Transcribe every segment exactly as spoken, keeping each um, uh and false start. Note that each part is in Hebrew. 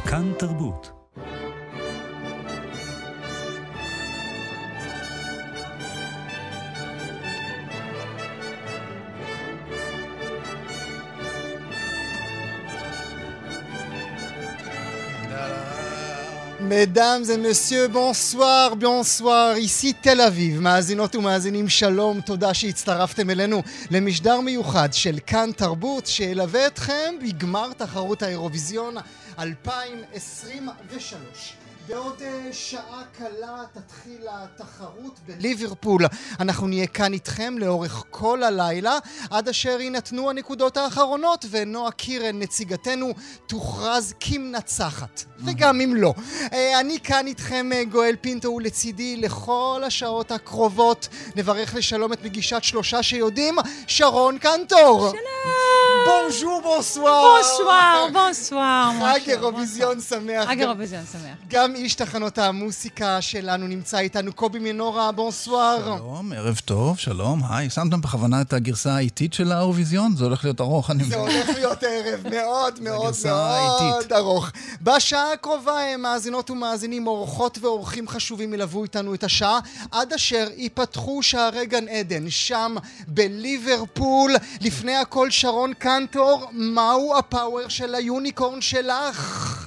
כאן תרבות. Mesdames et messieurs, bonsoir, bonsoir, ici תל אביב, מאזינות ומאזינים שלום, תודה שהצטרפתם אלינו למשדר מיוחד של כאן תרבות שילווה אתכם בגמר תחרות האירוויזיון אלפיים עשרים ושלוש. בעוד שעה קלה תתחיל התחרות בליברפול. אנחנו נהיה כאן איתכם לאורך כל הלילה, עד אשר ינתנו הנקודות האחרונות, ונועה קירן, נציגתנו, תוכרז כמנצחת. וגם אם לא. אני כאן איתכם, גואל פינטו, ולצידי לכל השעות הקרובות. נברך לשלום את מגישת שלושה שיודעים, שרון קנטור. שלום! בונז'ור, בונסואר. בונסואר, בונסואר. חג אירוויזיון שמח. חג אירוויזיון שמח. גם איש תחנות המוסיקה שלנו נמצא איתנו, קובי מנורה, בונסואר. שלום, ערב טוב, שלום, היי. שמתם בכוונה את הגרסה האיטית של האירוויזיון? זה הולך להיות ארוך, אני זה הולך להיות ערב מאוד מאוד הגרסה מאוד ארוך. בשעה הקרובה, מאזינות ומאזינים, אורחות ואורחים חשובים ילוו איתנו את השעה, עד אשר ייפתחו שערי גן עדן, שם בליברפול. לפני הכל, שרון קנטור, מהו הפאוור של היוניקורן שלך?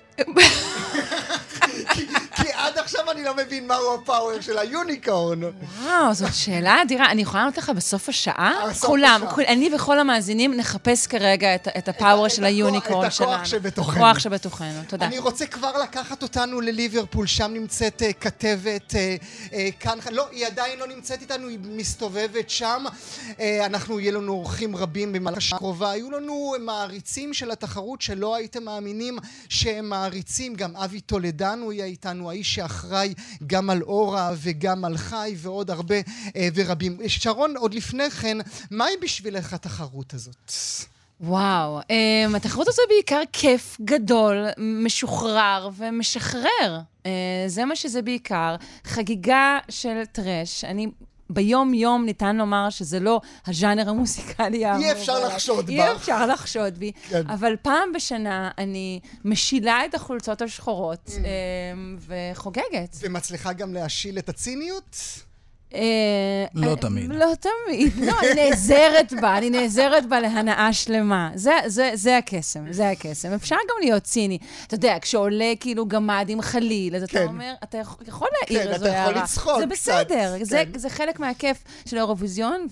כי, כי עד עכשיו אני לא מבין מהו הפאוור של היוניקורן. וואו, זאת שאלה אדירה. אני יכולה לענות לך בסוף השעה? בסוף כולם, השעה. כול, אני וכל המאזינים נחפש כרגע את, את הפאוור את של הכוח- היוניקורן את הכוח שלנו. שבתוכנו. הכוח שבתוכנו, תודה. אני רוצה כבר לקחת אותנו לליברפול, שם נמצאת uh, כתבת uh, uh, כאן, לא, היא עדיין לא נמצאת איתנו, היא מסתובבת שם. uh, אנחנו, יהיה לנו אורחים רבים במהלך השעה הקרובה, היו לנו מעריצים של התחרות שלא הייתם מאמינים שהם מעריצים, גם אבי טולדנו יהיה איתנו, האיש שאחראי גם על אורה וגם על חי ועוד הרבה uh, ורבים. שרון, עוד לפני כן, מהי בשבילך התחרות הזאת? וואו, um, התחרות הזו בעיקר כיף גדול, משוחרר ומשחרר. Uh, זה מה שזה בעיקר. חגיגה של טרש. אני... ביום יום ניתן לומר שזה לא הז'אנר המוסיקלי האמור. אי אפשר לחשוד אי בך. אפשר לחשוד בי. כן. אבל פעם בשנה אני משילה את החולצות השחורות אמ, וחוגגת. ומצליחה גם להשיל את הציניות? אה, לא אה, תמיד. לא תמיד. לא, אני נעזרת בה, אני נעזרת בה להנאה שלמה. זה, זה, זה הקסם, זה הקסם. אפשר גם להיות ציני. אתה יודע, כשעולה כאילו גמד עם חליל, אז אתה כן. אומר, אתה יכול- יכול להעיר כן, איזו אתה יכול הערה. לצחוק זה קצת, בסדר, זה, כן. זה חלק מהכיף של האירוויזיון,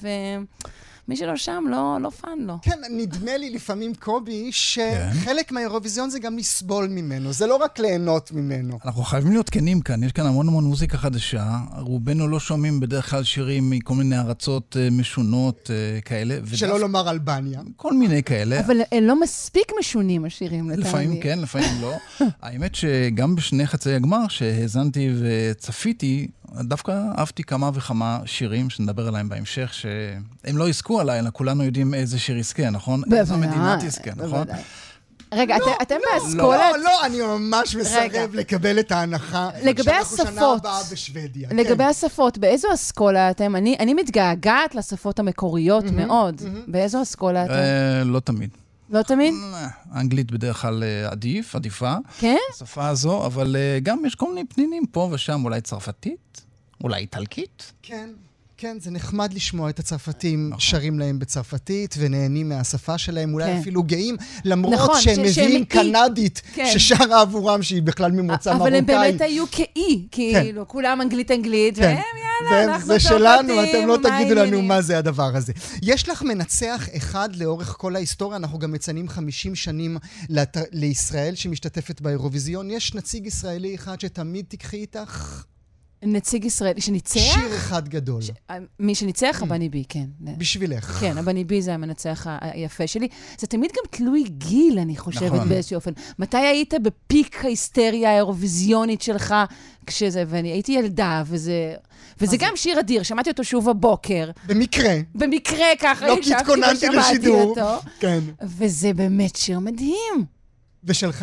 ומי שלא שם, לא, לא פן לו. כן, נדמה לי לפעמים, קובי, כן. שחלק מהאירוויזיון זה גם לסבול ממנו, זה לא רק ליהנות ממנו. אנחנו חייבים להיות כנים כאן, יש כאן המון המון מוזיקה חדשה, רובנו לא שומעים בדרך כלל שירים מכל מיני ארצות אה, משונות אה, כאלה. שלא ודווקא- לומר אלבניה. כל מיני כאלה. אבל הם לא מספיק משונים השירים, לטעמי. לפעמים כן, לפעמים לא. האמת שגם בשני חצי הגמר שהאזנתי וצפיתי, דווקא אהבתי כמה וכמה שירים שנדבר עליהם בהמשך, שהם לא יזכו עליי, אלא כולנו יודעים איזה שיר יזכה, נכון? איזו בוודאי, מדינה תזכה, נכון? בוודאי. רגע, אתם- אתם לא, באסכולת? לא, אני ממש רגע. מסרב לקבל את ההנחה. לגבי שאנחנו שנה השפות. הבאה בשוודיה. לגבי כן. השפות, באיזו אסכולה אתם? אני, אני מתגעגעת לשפות המקוריות מאוד. באיזו אסכולה אתם? אה, לא תמיד. לא תמיד? אה, האנגלית בדרך כלל אה, עדיף, עדיפה, כן? השפה הזו, אבל אה, גם יש כל מיני פנינים פה ושם, אולי צרפתית, אולי איטלקית. כן. כן, זה נחמד לשמוע את הצרפתים נכון. שרים להם בצרפתית ונהנים מהשפה שלהם, אולי כן. אפילו גאים, למרות נכון, שהם ש- מביאים שהם אי. קנדית כן. ששרה עבורם שהיא בכלל ממוצא מרוקאי. אבל הם באמת היו כאי, כאילו, כולם אנגלית-אנגלית, כן. והם יאללה, זה- אנחנו זה שלנו, צרפתים, אתם לא מה תגידו לנו העניינים? מה זה הדבר הזה. יש לך מנצח אחד לאורך כל ההיסטוריה, אנחנו גם מציינים חמישים שנים לת... לישראל שמשתתפת באירוויזיון. יש נציג ישראלי אחד שתמיד תקחי איתך? נציג ישראלי, שניצח? שיר אחד גדול. מי שניצח, הבני בי, כן. בשבילך. כן, הבני בי זה המנצח ה- היפה שלי. זה תמיד גם תלוי גיל, אני חושבת, נכון. באיזשהו אופן. מתי היית בפיק ההיסטריה האירוויזיונית שלך, כשזה, ואני הייתי ילדה, וזה... וזה גם שיר אדיר, שמעתי אותו שוב הבוקר. במקרה. במקרה ככה, לא כי ישבתי התכוננתי ושמעתי לשידור. אותו. כן. וזה באמת שיר מדהים. ושלך?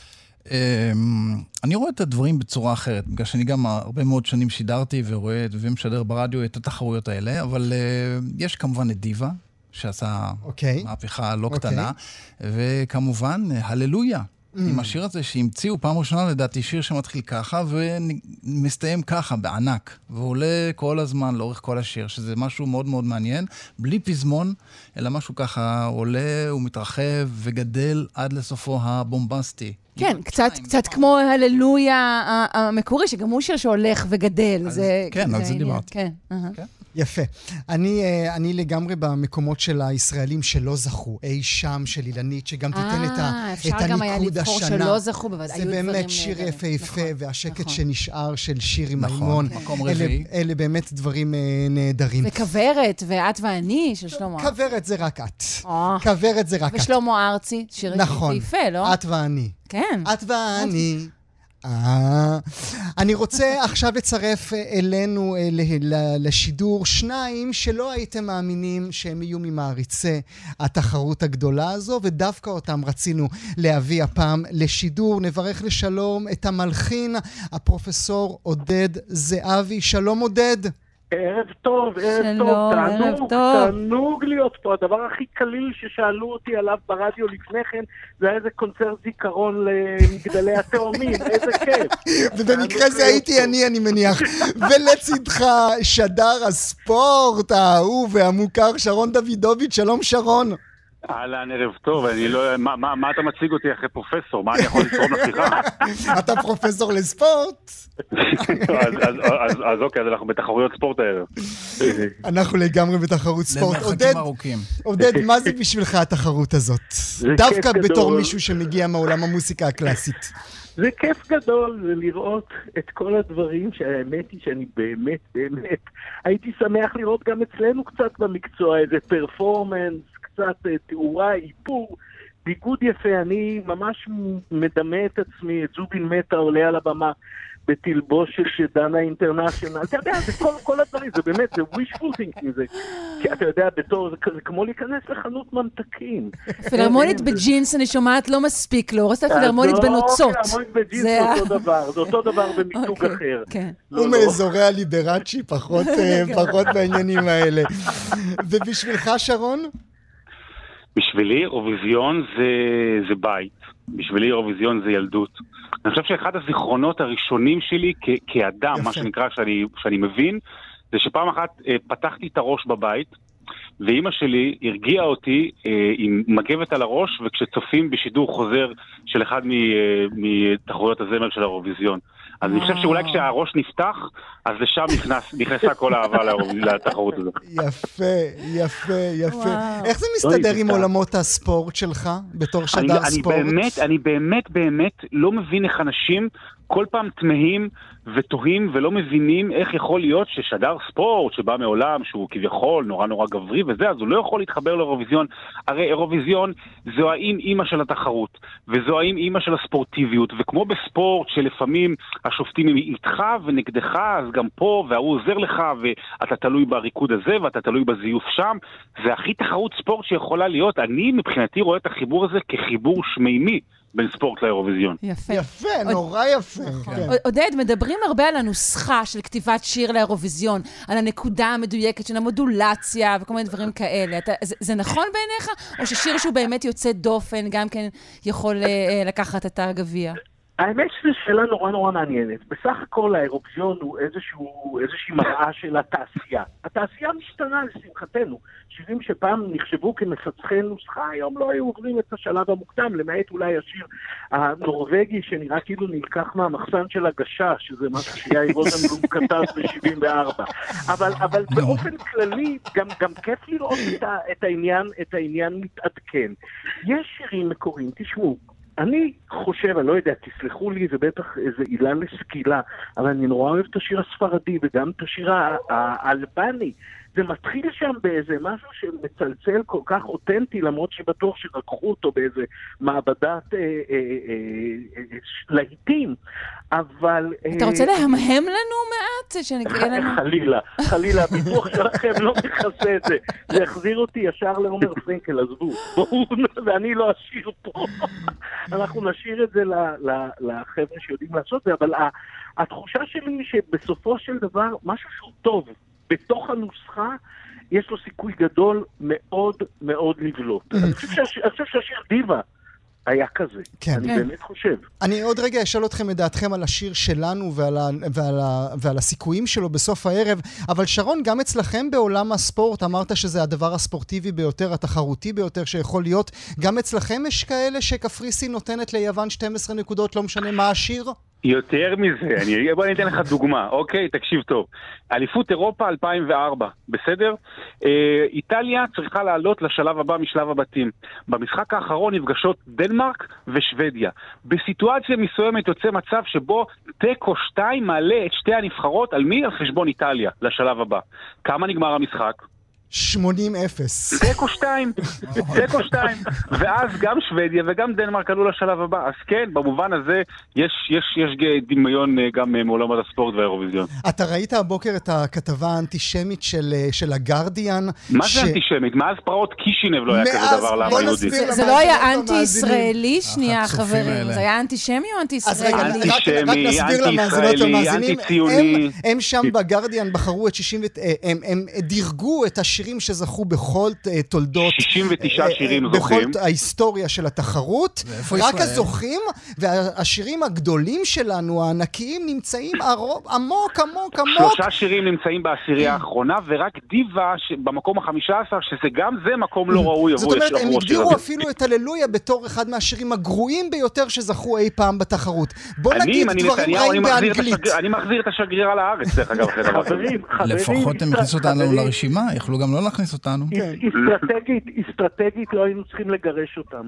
אמ, אני רואה את הדברים בצורה אחרת, בגלל שאני גם הרבה מאוד שנים שידרתי ורואה ומשדר ברדיו את התחרויות האלה, אבל uh, יש כמובן את דיווה, שעשה אוקיי. מהפכה לא אוקיי. קטנה, וכמובן, הללויה. עם השיר הזה שהמציאו פעם ראשונה, לדעתי, שיר שמתחיל ככה ומסתיים ככה, בענק, ועולה כל הזמן לאורך כל השיר, שזה משהו מאוד מאוד מעניין, בלי פזמון, אלא משהו ככה עולה ומתרחב וגדל עד לסופו הבומבסטי. כן, קצת, קצת כמו הללויה המקורי, שגם הוא שיר שהולך וגדל. כן, על זה דיברתי. כן, יפה. אני, אני לגמרי במקומות של הישראלים שלא זכו, אי שם של אילנית, שגם תיתן את, ה, את הניקוד השנה. שלא זכו, בוודאי. זה באמת שיר יפה יפה, והשקט נכון. שנשאר של שיר עם נכון, מימון. מקום אלה, רביעי. אלה באמת דברים נהדרים. וכברת, ואת ואני, של שלמה ארצי. כברת זה רק את. או. כברת זה רק את. ושלמה ארצי, שיר נכון. יפה, לא? את ואני. כן. את ואני. אה, אני רוצה עכשיו לצרף אלינו לשידור שניים שלא הייתם מאמינים שהם יהיו ממעריצי התחרות הגדולה הזו, ודווקא אותם רצינו להביא הפעם לשידור. נברך לשלום את המלחין, הפרופסור עודד זהבי. שלום עודד. ערב טוב, ערב שלום, טוב, ערב תענוג, טוב. תענוג להיות פה. הדבר הכי קליל ששאלו אותי עליו ברדיו לפני כן, זה היה איזה קונצרט זיכרון למגדלי התאומים, איזה כיף. ובמקרה זה הייתי אני, אני מניח. ולצדך שדר הספורט האהוב והמוכר שרון דוידוביץ'. שלום שרון. אהלן, ערב טוב, אני לא... מה, מה, מה אתה מציג אותי אחרי פרופסור? מה אני יכול לתרום לשיחה? אתה פרופסור לספורט? אז, אז, אז, אז אוקיי, אז אנחנו בתחרויות ספורט הערב. אנחנו לגמרי בתחרות ספורט. עודד, למרחקים ארוכים. עודד, מה זה בשבילך התחרות הזאת? דווקא כיף בתור גדול. מישהו שמגיע מעולם המוסיקה הקלאסית. זה כיף גדול, זה לראות את כל הדברים שהאמת היא שאני באמת, באמת, הייתי שמח לראות גם אצלנו קצת במקצוע, איזה פרפורמנס, קצת תאורה, איפור, ביגוד יפה. אני ממש מדמה את עצמי, את זובין מטה עולה על הבמה בתלבושת של דנה אינטרנשיונל. אתה יודע, זה כל, כל הדברים, זה באמת, זה wishful thinking, זה, כי אתה יודע, בתור, זה, זה כמו להיכנס לחנות ממתקים. פילהרמונית בג'ינס, אני שומעת, לא מספיק לו, רצת פילהרמונית בנוצות. פילהרמונית בג'ינס זה אותו דבר, זה אותו דבר במיתוג אחר. כן. הוא מאזורי הליברצ'י, פחות פחות בעניינים האלה. ובשבילך שרון? בשבילי אירוויזיון זה, זה בית. בשבילי אירוויזיון זה ילדות. אני חושב שאחד הזיכרונות הראשונים שלי כ- כאדם, יפה. מה שנקרא שאני, שאני מבין, זה שפעם אחת אה, פתחתי את הראש בבית, ואימא שלי הרגיעה אותי אה, עם מגבת על הראש, וכשצופים בשידור חוזר של אחד מ- אה, מתחרויות הזמר של האירוויזיון. אז אני חושב שאולי כשהראש נפתח, אז לשם נכנס, נכנסה כל האהבה לתחרות הזאת. יפה, יפה, יפה. וואו. איך זה מסתדר אוי, עם זה עולמות הספורט שלך, בתור אני, שדר אני ספורט? באמת, אני באמת, באמת לא מבין איך אנשים כל פעם תמהים ותוהים ולא מבינים איך יכול להיות ששדר ספורט שבא מעולם שהוא כביכול נורא נורא גברי וזה, אז הוא לא יכול להתחבר לאירוויזיון. הרי אירוויזיון זו האם אימא של התחרות, וזו האם אימא של הספורטיביות, וכמו בספורט שלפעמים השופטים הם איתך ונגדך, אז גם פה, והוא עוזר לך, ואתה תלוי בריקוד הזה, ואתה תלוי בזיוף שם, זה הכי תחרות ספורט שיכולה להיות. אני מבחינתי רואה את החיבור הזה כחיבור שמימי בין ספורט לאירוויזיון. יפה. יפה, נורא יפה. כן. עודד, מדברים הרבה על הנוסחה של כתיבת שיר לאירוויזיון, על הנקודה המדויקת של המודולציה וכל מיני דברים כאלה. אתה, זה, זה נכון בעיניך? או ששיר שהוא באמת יוצא דופן גם כן יכול אה, לקחת את הגביע? האמת שזו שאלה נורא נורא מעניינת. בסך הכל האירוויזיון הוא איזשהו, איזושהי מראה של התעשייה. התעשייה משתנה לשמחתנו. שירים שפעם נחשבו כמפצחי נוסחה, היום לא היו עוברים את השלב המוקדם, למעט אולי השיר הנורווגי שנראה כאילו נלקח מהמחסן של הגשש, שזה משהו שיאיר רוזנבלום כתב ב-שבעים וארבע. אבל, אבל באופן כללי גם, גם כיף לראות את, ה, את, העניין, את העניין מתעדכן. יש שירים מקוריים, תשמעו, אני חושב, אני לא יודע, תסלחו לי, זה בטח איזה עילה לסקילה, אבל אני נורא אוהב את השיר הספרדי וגם את השיר האלבני. זה מתחיל שם באיזה משהו שמצלצל כל כך אותנטי, למרות שבטוח שרקחו אותו באיזה מעבדת אה, אה, אה, אה, להיטים, אבל... אתה רוצה להמהם לנו מעט? שנקרא לנו... חלילה, חלילה, הביטוח שלכם לא מכסה את זה. זה החזיר אותי ישר לעומר פרנקל, עזבו. בואו, ואני לא אשאיר פה. אנחנו נשאיר את זה לחבר'ה שיודעים לעשות זה, אבל התחושה שלי היא שבסופו של דבר, משהו שהוא טוב, בתוך הנוסחה, יש לו סיכוי גדול מאוד מאוד לבלוט. אני חושב שהשיר דיבה היה כזה. כן. אני כן. באמת חושב. אני עוד רגע אשאל אתכם את דעתכם על השיר שלנו ועל, ה, ועל, ה, ועל הסיכויים שלו בסוף הערב, אבל שרון, גם אצלכם בעולם הספורט, אמרת שזה הדבר הספורטיבי ביותר, התחרותי ביותר שיכול להיות. גם אצלכם יש כאלה שקפריסין נותנת ליוון שתים עשרה נקודות, לא משנה מה השיר? יותר מזה, אני, בוא אני אתן לך דוגמה, אוקיי? תקשיב טוב. אליפות אירופה אלפיים וארבע, בסדר? אה, איטליה צריכה לעלות לשלב הבא משלב הבתים. במשחק האחרון נפגשות דנמרק ושוודיה. בסיטואציה מסוימת יוצא מצב שבו טקו שתיים מעלה את שתי הנבחרות על מי? על חשבון איטליה, לשלב הבא. כמה נגמר המשחק? שמונים אפס. טקו שתיים, טקו שתיים, ואז גם שוודיה וגם דנמרק עלו לשלב הבא. אז כן, במובן הזה יש, יש, יש דמיון גם מעולמות הספורט והאירוויזיון. אתה ראית הבוקר את הכתבה האנטישמית של, של הגרדיאן? מה ש... זה אנטישמית? מאז פרעות קישינב לא היה כזה דבר לעם היהודי. זה, זה לא היה אנטי-ישראלי? שנייה, חברים. זה היה אנטישמי או אנטי-ישראלי? אנטישמי, אנטי-ישראלי, אנטי-ציוני. הם, הם שם בגרדיאן בחרו את שישים... הם, הם דירגו את השירים שזכו בכל תולדות... שישים ותשעה שירים זוכים. בכל ההיסטוריה של התחרות. רק הזוכים, והשירים הגדולים שלנו, הענקיים, נמצאים עמוק, עמוק, עמוק. שלושה שירים נמצאים בעשירייה האחרונה, ורק דיבה במקום החמישה עשר, שזה גם זה מקום לא ראוי. זאת אומרת, הם הגדירו אפילו את הללויה בתור אחד מהשירים הגרועים ביותר שזכו אי פעם בתחרות. בוא נגיד דברים רעים באנגלית. אני מחזיר את השגרירה לארץ, דרך אגב. חברים, חברים. לפחות הם הכניסו אותנו לרשימה, יכלו גם לא להכניס אותנו. אסטרטגית, אסטרטגית לא היינו צריכים לגרש אותם.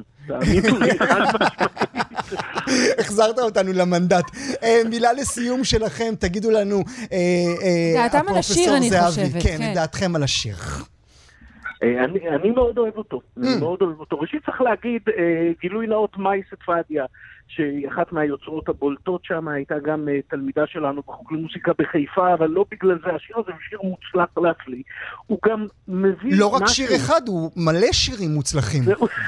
החזרת אותנו למנדט. מילה לסיום שלכם, תגידו לנו, דעתם על השיר, אני חושבת. כן, דעתכם על השיר. אני, אני מאוד אוהב אותו, אני מאוד אוהב אותו. ראשית צריך להגיד, גילוי נאות מאי ספדיה, שהיא אחת מהיוצרות הבולטות שם, הייתה גם תלמידה שלנו בחוג למוסיקה בחיפה, אבל לא בגלל זה, השיר הזה הוא שיר מוצלח להפליא. הוא גם מביא... לא רק שיר אחד, הוא מלא שירים מוצלחים.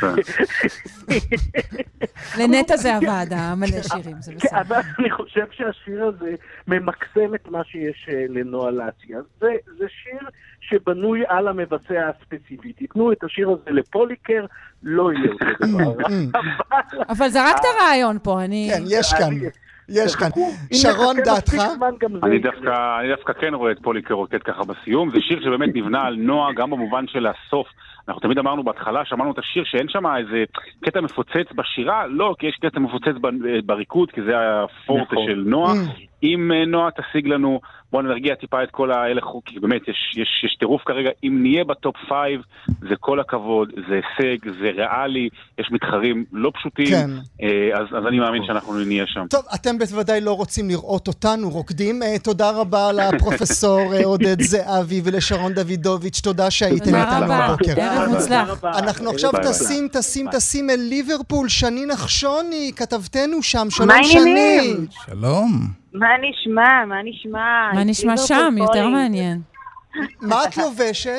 לנטה זה הוועדה, מלא שירים, זה בסדר. אבל אני חושב שהשיר הזה ממקסם את מה שיש לנועה להציע. זה שיר שבנוי על המבצע הספציפי. תיתנו את השיר הזה לפוליקר, לא יהיה אותו דבר. אבל זרקת הרעיון פה, אני... כן, יש כאן. יש כאן. שרון, דעתך? אני דווקא, אני דווקא כן רואה את פוליקר רוקד ככה בסיום. זה שיר שבאמת נבנה על נועה, גם במובן של הסוף. אנחנו תמיד אמרנו בהתחלה, שמענו את השיר שאין שם איזה קטע מפוצץ בשירה, לא, כי יש קטע מפוצץ בריקוד, כי זה הפורטה של נועה. אם נועה תשיג לנו, בואו נרגיע טיפה את כל האלה חוק, כי באמת יש, יש, יש טירוף כרגע, אם נהיה בטופ פייב, זה כל הכבוד, זה הישג, זה ריאלי, יש מתחרים לא פשוטים, כן. אז, אז אני מאמין שאנחנו נהיה שם. טוב, אתם בוודאי לא רוצים לראות אותנו רוקדים, תודה רבה לפרופסור עודד זהבי ולשרון דוידוביץ', תודה שהייתם איתנו בבוקר. ערב מוצלח. אנחנו עכשיו טסים, טסים, טסים אל ליברפול, שני נחשוני, כתבתנו שם, שלום שני. שלום. מה נשמע? מה נשמע? מה נשמע שם? יותר מעניין. מה את לובשת?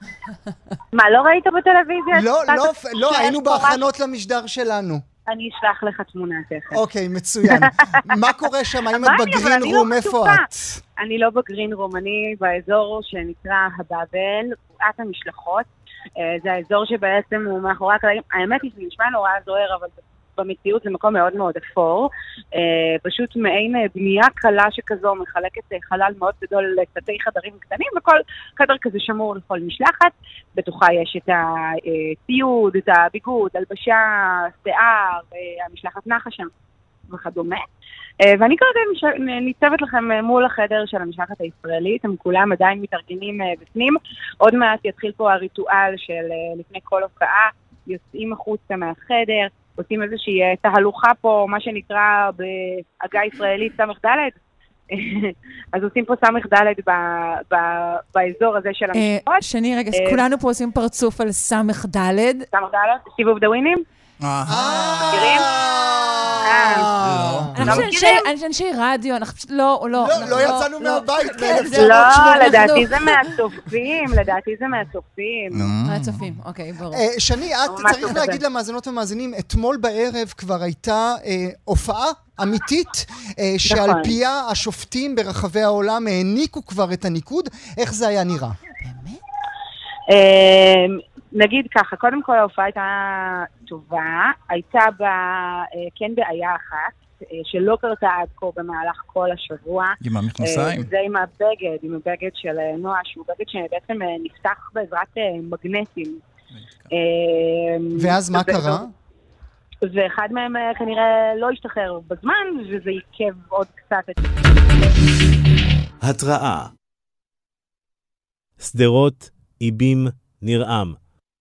מה, לא ראית בטלוויזיה? לא, לא, לא, היינו בהכנות למשדר שלנו. אני אשלח לך תמונה תכף. אוקיי, מצוין. מה קורה שם? האם את בגרין רום? איפה את? אני לא בגרין רום, אני באזור שנקרא הבאבל, בועת המשלחות. זה האזור שבעצם הוא מאחורי הקלעים. האמת היא שזה נשמע נורא זוהר, אבל במציאות זה מקום מאוד מאוד אפור. פשוט מעין בנייה קלה שכזו מחלקת חלל מאוד גדול לתתי חדרים קטנים, וכל חדר כזה שמור לכל משלחת. בתוכה יש את הציוד, את הביגוד, הלבשה, שיער, המשלחת נחה שם וכדומה. ואני כרגע ניצבת לכם מול החדר של המשלחת הישראלית, הם כולם עדיין מתארגנים בפנים. עוד מעט יתחיל פה הריטואל של לפני כל הופעה, יוצאים החוצה מהחדר, עושים איזושהי תהלוכה פה, מה שנקרא בהגה ישראלית סמך דלת. אז עושים פה סמך דלת באזור הזה של המשפחות. שני, רגע, כולנו פה עושים פרצוף על סמך דלת. סמך דלת, סיבוב דווינים. מכירים? אני אנשי רדיו, אנחנו פשוט לא, לא. לא יצאנו מהבית. לא, לדעתי זה מהצופים, לדעתי זה מהצופים. מהצופים, אוקיי, ברור. שני, את צריך להגיד למאזינות ומאזינים, אתמול בערב כבר הייתה הופעה אמיתית, שעל פיה השופטים ברחבי העולם העניקו כבר את הניקוד. איך זה היה נראה? באמת? נגיד ככה, קודם כל ההופעה הייתה טובה, הייתה בה כן בעיה אחת, שלא קרתה עד כה במהלך כל השבוע. עם המכנסיים? זה עם הבגד, עם הבגד של נועה, שהוא בגד שבעצם נפתח בעזרת מגנטים. ואז מה קרה? ואחד מהם כנראה לא השתחרר בזמן, וזה עיכב עוד קצת את... התראה. סדרות, איבים, נרעם.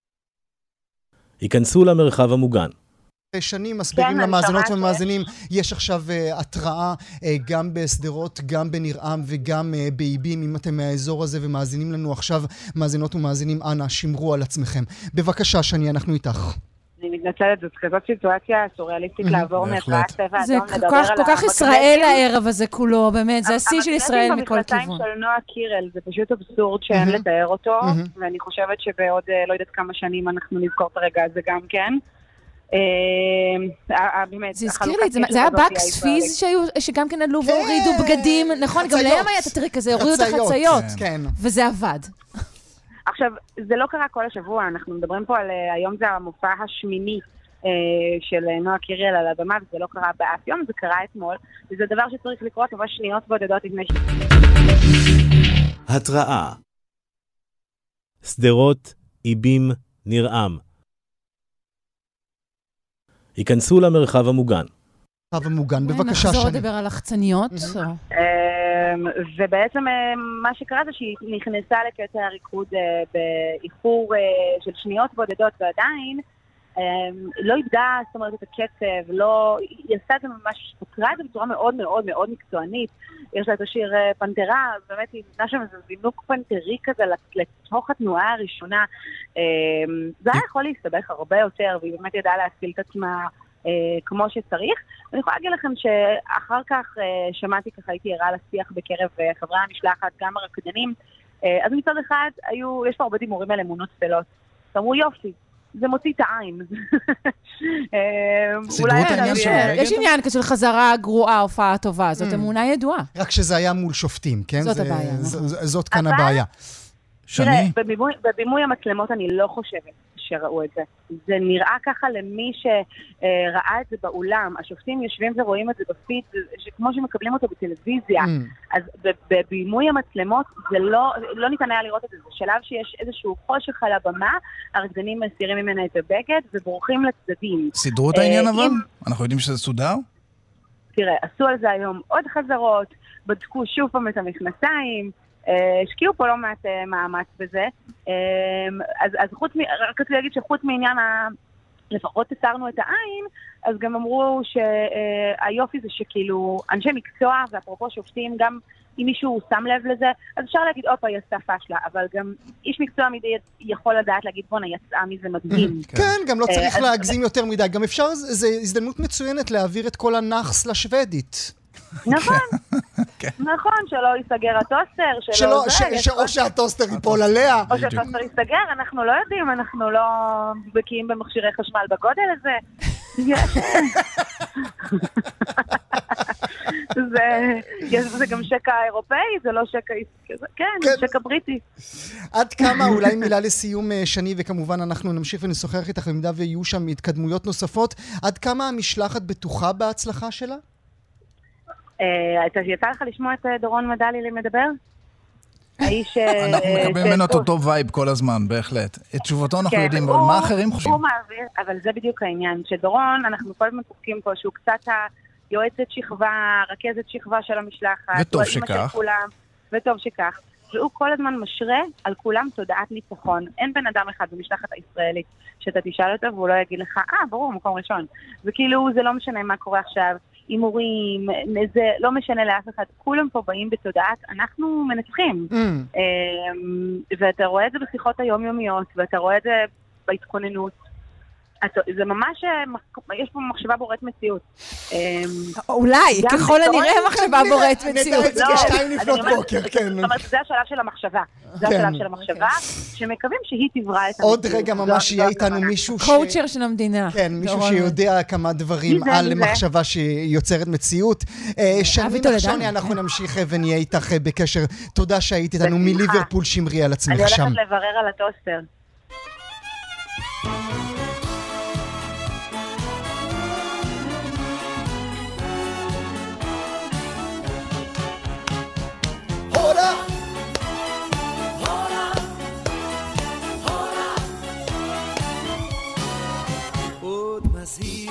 היכנסו למרחב המוגן. שנים מסבירים למאזינות ומאזינים, יש עכשיו התראה גם בסדרות, גם בנרעם וגם באיבים. אם אתם מהאזור הזה ומאזינים לנו עכשיו, מאזינות ומאזינים, אנא, שמרו על עצמכם. בבקשה, שני, אנחנו איתך. אני מתנצלת, זאת כזאת סיטואציה סוריאליסטית לעבור מהתרעת צבע זה כל כך ישראל הערב הזה כולו, באמת, זה השיא של ישראל מכל כיוון. המקלטיים של נועה קירל, זה פשוט אבסורד שאין לתאר אותו, ואני חושבת שבעוד לא יודעת כמה שנים אנחנו נזכור את הרגע הזה גם כן. זה הזכיר לי, זה היה בקס פיז שגם כן עלו והורידו בגדים, נכון? גם להם היה את הטריק הזה, הורידו את החציות, וזה עבד. עכשיו, זה לא קרה כל השבוע, אנחנו מדברים פה על, היום זה המופע השמיני של נועה קירל על הבמה, וזה לא קרה באף יום, זה קרה אתמול, וזה דבר שצריך לקרות ממש שניות בודדות לפני ש... התראה. סדרות, איבים, נרעם. היכנסו למרחב המוגן. המרחב המוגן, בבקשה שני. נחזור לדבר על לחצניות. ובעצם מה שקרה זה שהיא נכנסה לקטע הריקוד באיחור של שניות בודדות, ועדיין לא איבדה, זאת אומרת, את הקצב, לא... היא עשתה את זה ממש, פתרה את זה בצורה מאוד מאוד מאוד מקצוענית. יש לה את השיר פנתרה, באמת היא נתנה שם איזה זינוק פנתרי כזה לתוך התנועה הראשונה. זה היה יכול להסתבך הרבה יותר, והיא באמת ידעה להשכיל את עצמה כמו שצריך. אני יכולה להגיד לכם שאחר כך שמעתי ככה, הייתי ערה לשיח בקרב חברי המשלחת, גם הרקדנים. אז מצד אחד, היו, יש פה הרבה דימורים על אמונות תפלות. אמרו יופי, זה מוציא את העין. סידרו את העניין של הרגע? יש עניין כזה של חזרה גרועה, הופעה טובה, זאת אמונה ידועה. רק שזה היה מול שופטים, כן? זאת הבעיה. זאת כאן הבעיה. שני? בבימוי המצלמות אני לא חושבת שראו את זה. זה נראה ככה למי שראה את זה באולם. השופטים יושבים ורואים את זה בפיד, כמו שמקבלים אותו בטלוויזיה. אז בבימוי המצלמות זה לא, לא ניתן היה לראות את זה. זה שלב שיש איזשהו חושך על הבמה, הרקדנים מסירים ממנה את הבגד ובורחים לצדדים. סידרו את העניין אבל? אנחנו יודעים שזה סודר? תראה, עשו על זה היום עוד חזרות, בדקו שוב פעם את המכנסיים, השקיעו פה לא מעט מאמץ בזה, אז, אז חוץ, רק רציתי להגיד שחוץ מעניין, ה... לפחות הסרנו את העין, אז גם אמרו שהיופי זה שכאילו אנשי מקצוע, ואפרופו שופטים, גם אם מישהו שם לב לזה, אז אפשר להגיד, אופה, היא עשתה פשלה, אבל גם איש מקצוע מדי יכול לדעת להגיד, בונה, יצאה מזה מדהים. כן, גם לא צריך להגזים יותר מדי, גם אפשר, זו הזדמנות מצוינת להעביר את כל הנחס לשוודית. נכון, נכון, שלא ייסגר הטוסטר, שלא זה. או שהטוסטר ייפול עליה. או שהטוסטר ייסגר, אנחנו לא יודעים, אנחנו לא בקיאים במכשירי חשמל בגודל הזה. זה גם שקע אירופאי, זה לא שקע, כן, שקע בריטי. עד כמה, אולי מילה לסיום שני, וכמובן אנחנו נמשיך ונשוחח איתך במידה ויהיו שם התקדמויות נוספות, עד כמה המשלחת בטוחה בהצלחה שלה? יצא לך לשמוע את דורון מדלי מדבר? אנחנו מקבלים ממנו את אותו וייב כל הזמן, בהחלט. את תשובתו אנחנו יודעים, אבל מה אחרים חושבים? הוא מעביר, אבל זה בדיוק העניין. שדורון, אנחנו כל הזמן פורקים פה, שהוא קצת היועצת שכבה, רכזת שכבה של המשלחת. וטוב שכך. וטוב שכך. והוא כל הזמן משרה על כולם תודעת ניצחון. אין בן אדם אחד במשלחת הישראלית שאתה תשאל אותו, והוא לא יגיד לך, אה, ברור, מקום ראשון. וכאילו, זה לא משנה מה קורה עכשיו. אימורים, זה לא משנה לאף אחד, כולם פה באים בתודעת, אנחנו מנצחים. Mm. ואתה רואה את זה בשיחות היומיומיות, ואתה רואה את זה בהתכוננות. זה ממש, יש פה מחשבה בוראת מציאות. אולי, ככל הנראה מחשבה בוראת מציאות. נדע את זה כשתיים לפנות בוקר, כן. זאת אומרת, זה השלב של המחשבה. זה השלב של המחשבה, שמקווים שהיא תברא את המציאות. עוד רגע ממש יהיה איתנו מישהו ש... קואוצ'ר של המדינה. כן, מישהו שיודע כמה דברים על מחשבה שיוצרת מציאות. שני נחשוני, אנחנו נמשיך ונהיה איתך בקשר. תודה שהיית איתנו מליברפול, שמרי על עצמך שם. אני הולכת לברר על הטוסטר.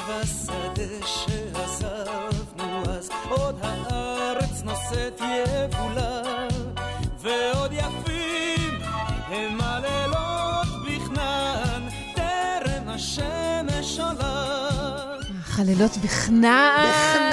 בשדה שעזבנו אז, עוד הארץ נושאת יבולה, ועוד יפים הם הלילות בכנען, טרם השמש עולה. חלילות בכנען.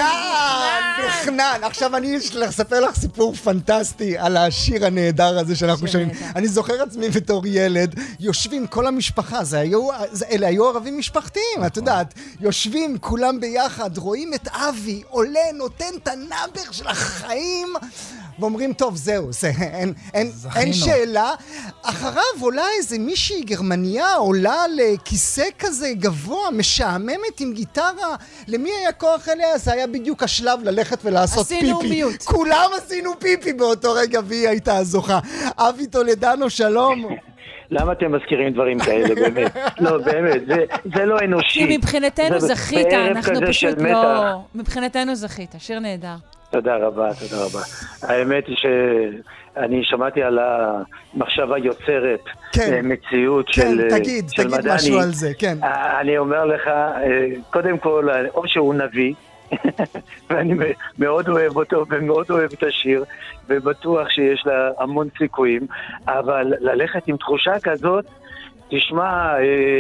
בכנען, בכנען. עכשיו אני אספר לך סיפור פנטסטי על השיר הנהדר הזה שאנחנו שרים. אני זוכר עצמי בתור ילד, יושבים כל המשפחה, זה היו, אלה היו ערבים משפחתיים, את יודעת, יושבים כולם ביחד, רואים את אבי, עולה, נותן את הנאבר של החיים, ואומרים, טוב, זהו, זה, אין, אין, אין שאלה. אחריו עולה איזה מישהי גרמניה, עולה לכיסא כזה גבוה, משעממת עם גיטרה. למי היה כוח אליה? זה היה בדיוק השלב ללכת ולעשות עשינו פיפי. מיוט. כולם עשינו פיפי באותו רגע, והיא הייתה הזוכה. אבי טולדנו, שלום. למה אתם מזכירים דברים כאלה, באמת? לא, באמת, זה, זה לא אנושי. כי מבחינתנו זכית, אנחנו פשוט לא... מבחינתנו זכית, שיר נהדר. תודה רבה, תודה רבה. האמת היא שאני שמעתי על המחשבה יוצרת, כן. מציאות כן, של, תגיד, של תגיד מדעני. משהו על זה, כן. אני אומר לך, קודם כל, או שהוא נביא, ואני מאוד אוהב אותו ומאוד אוהב את השיר, ובטוח שיש לה המון סיכויים, אבל ללכת עם תחושה כזאת, תשמע,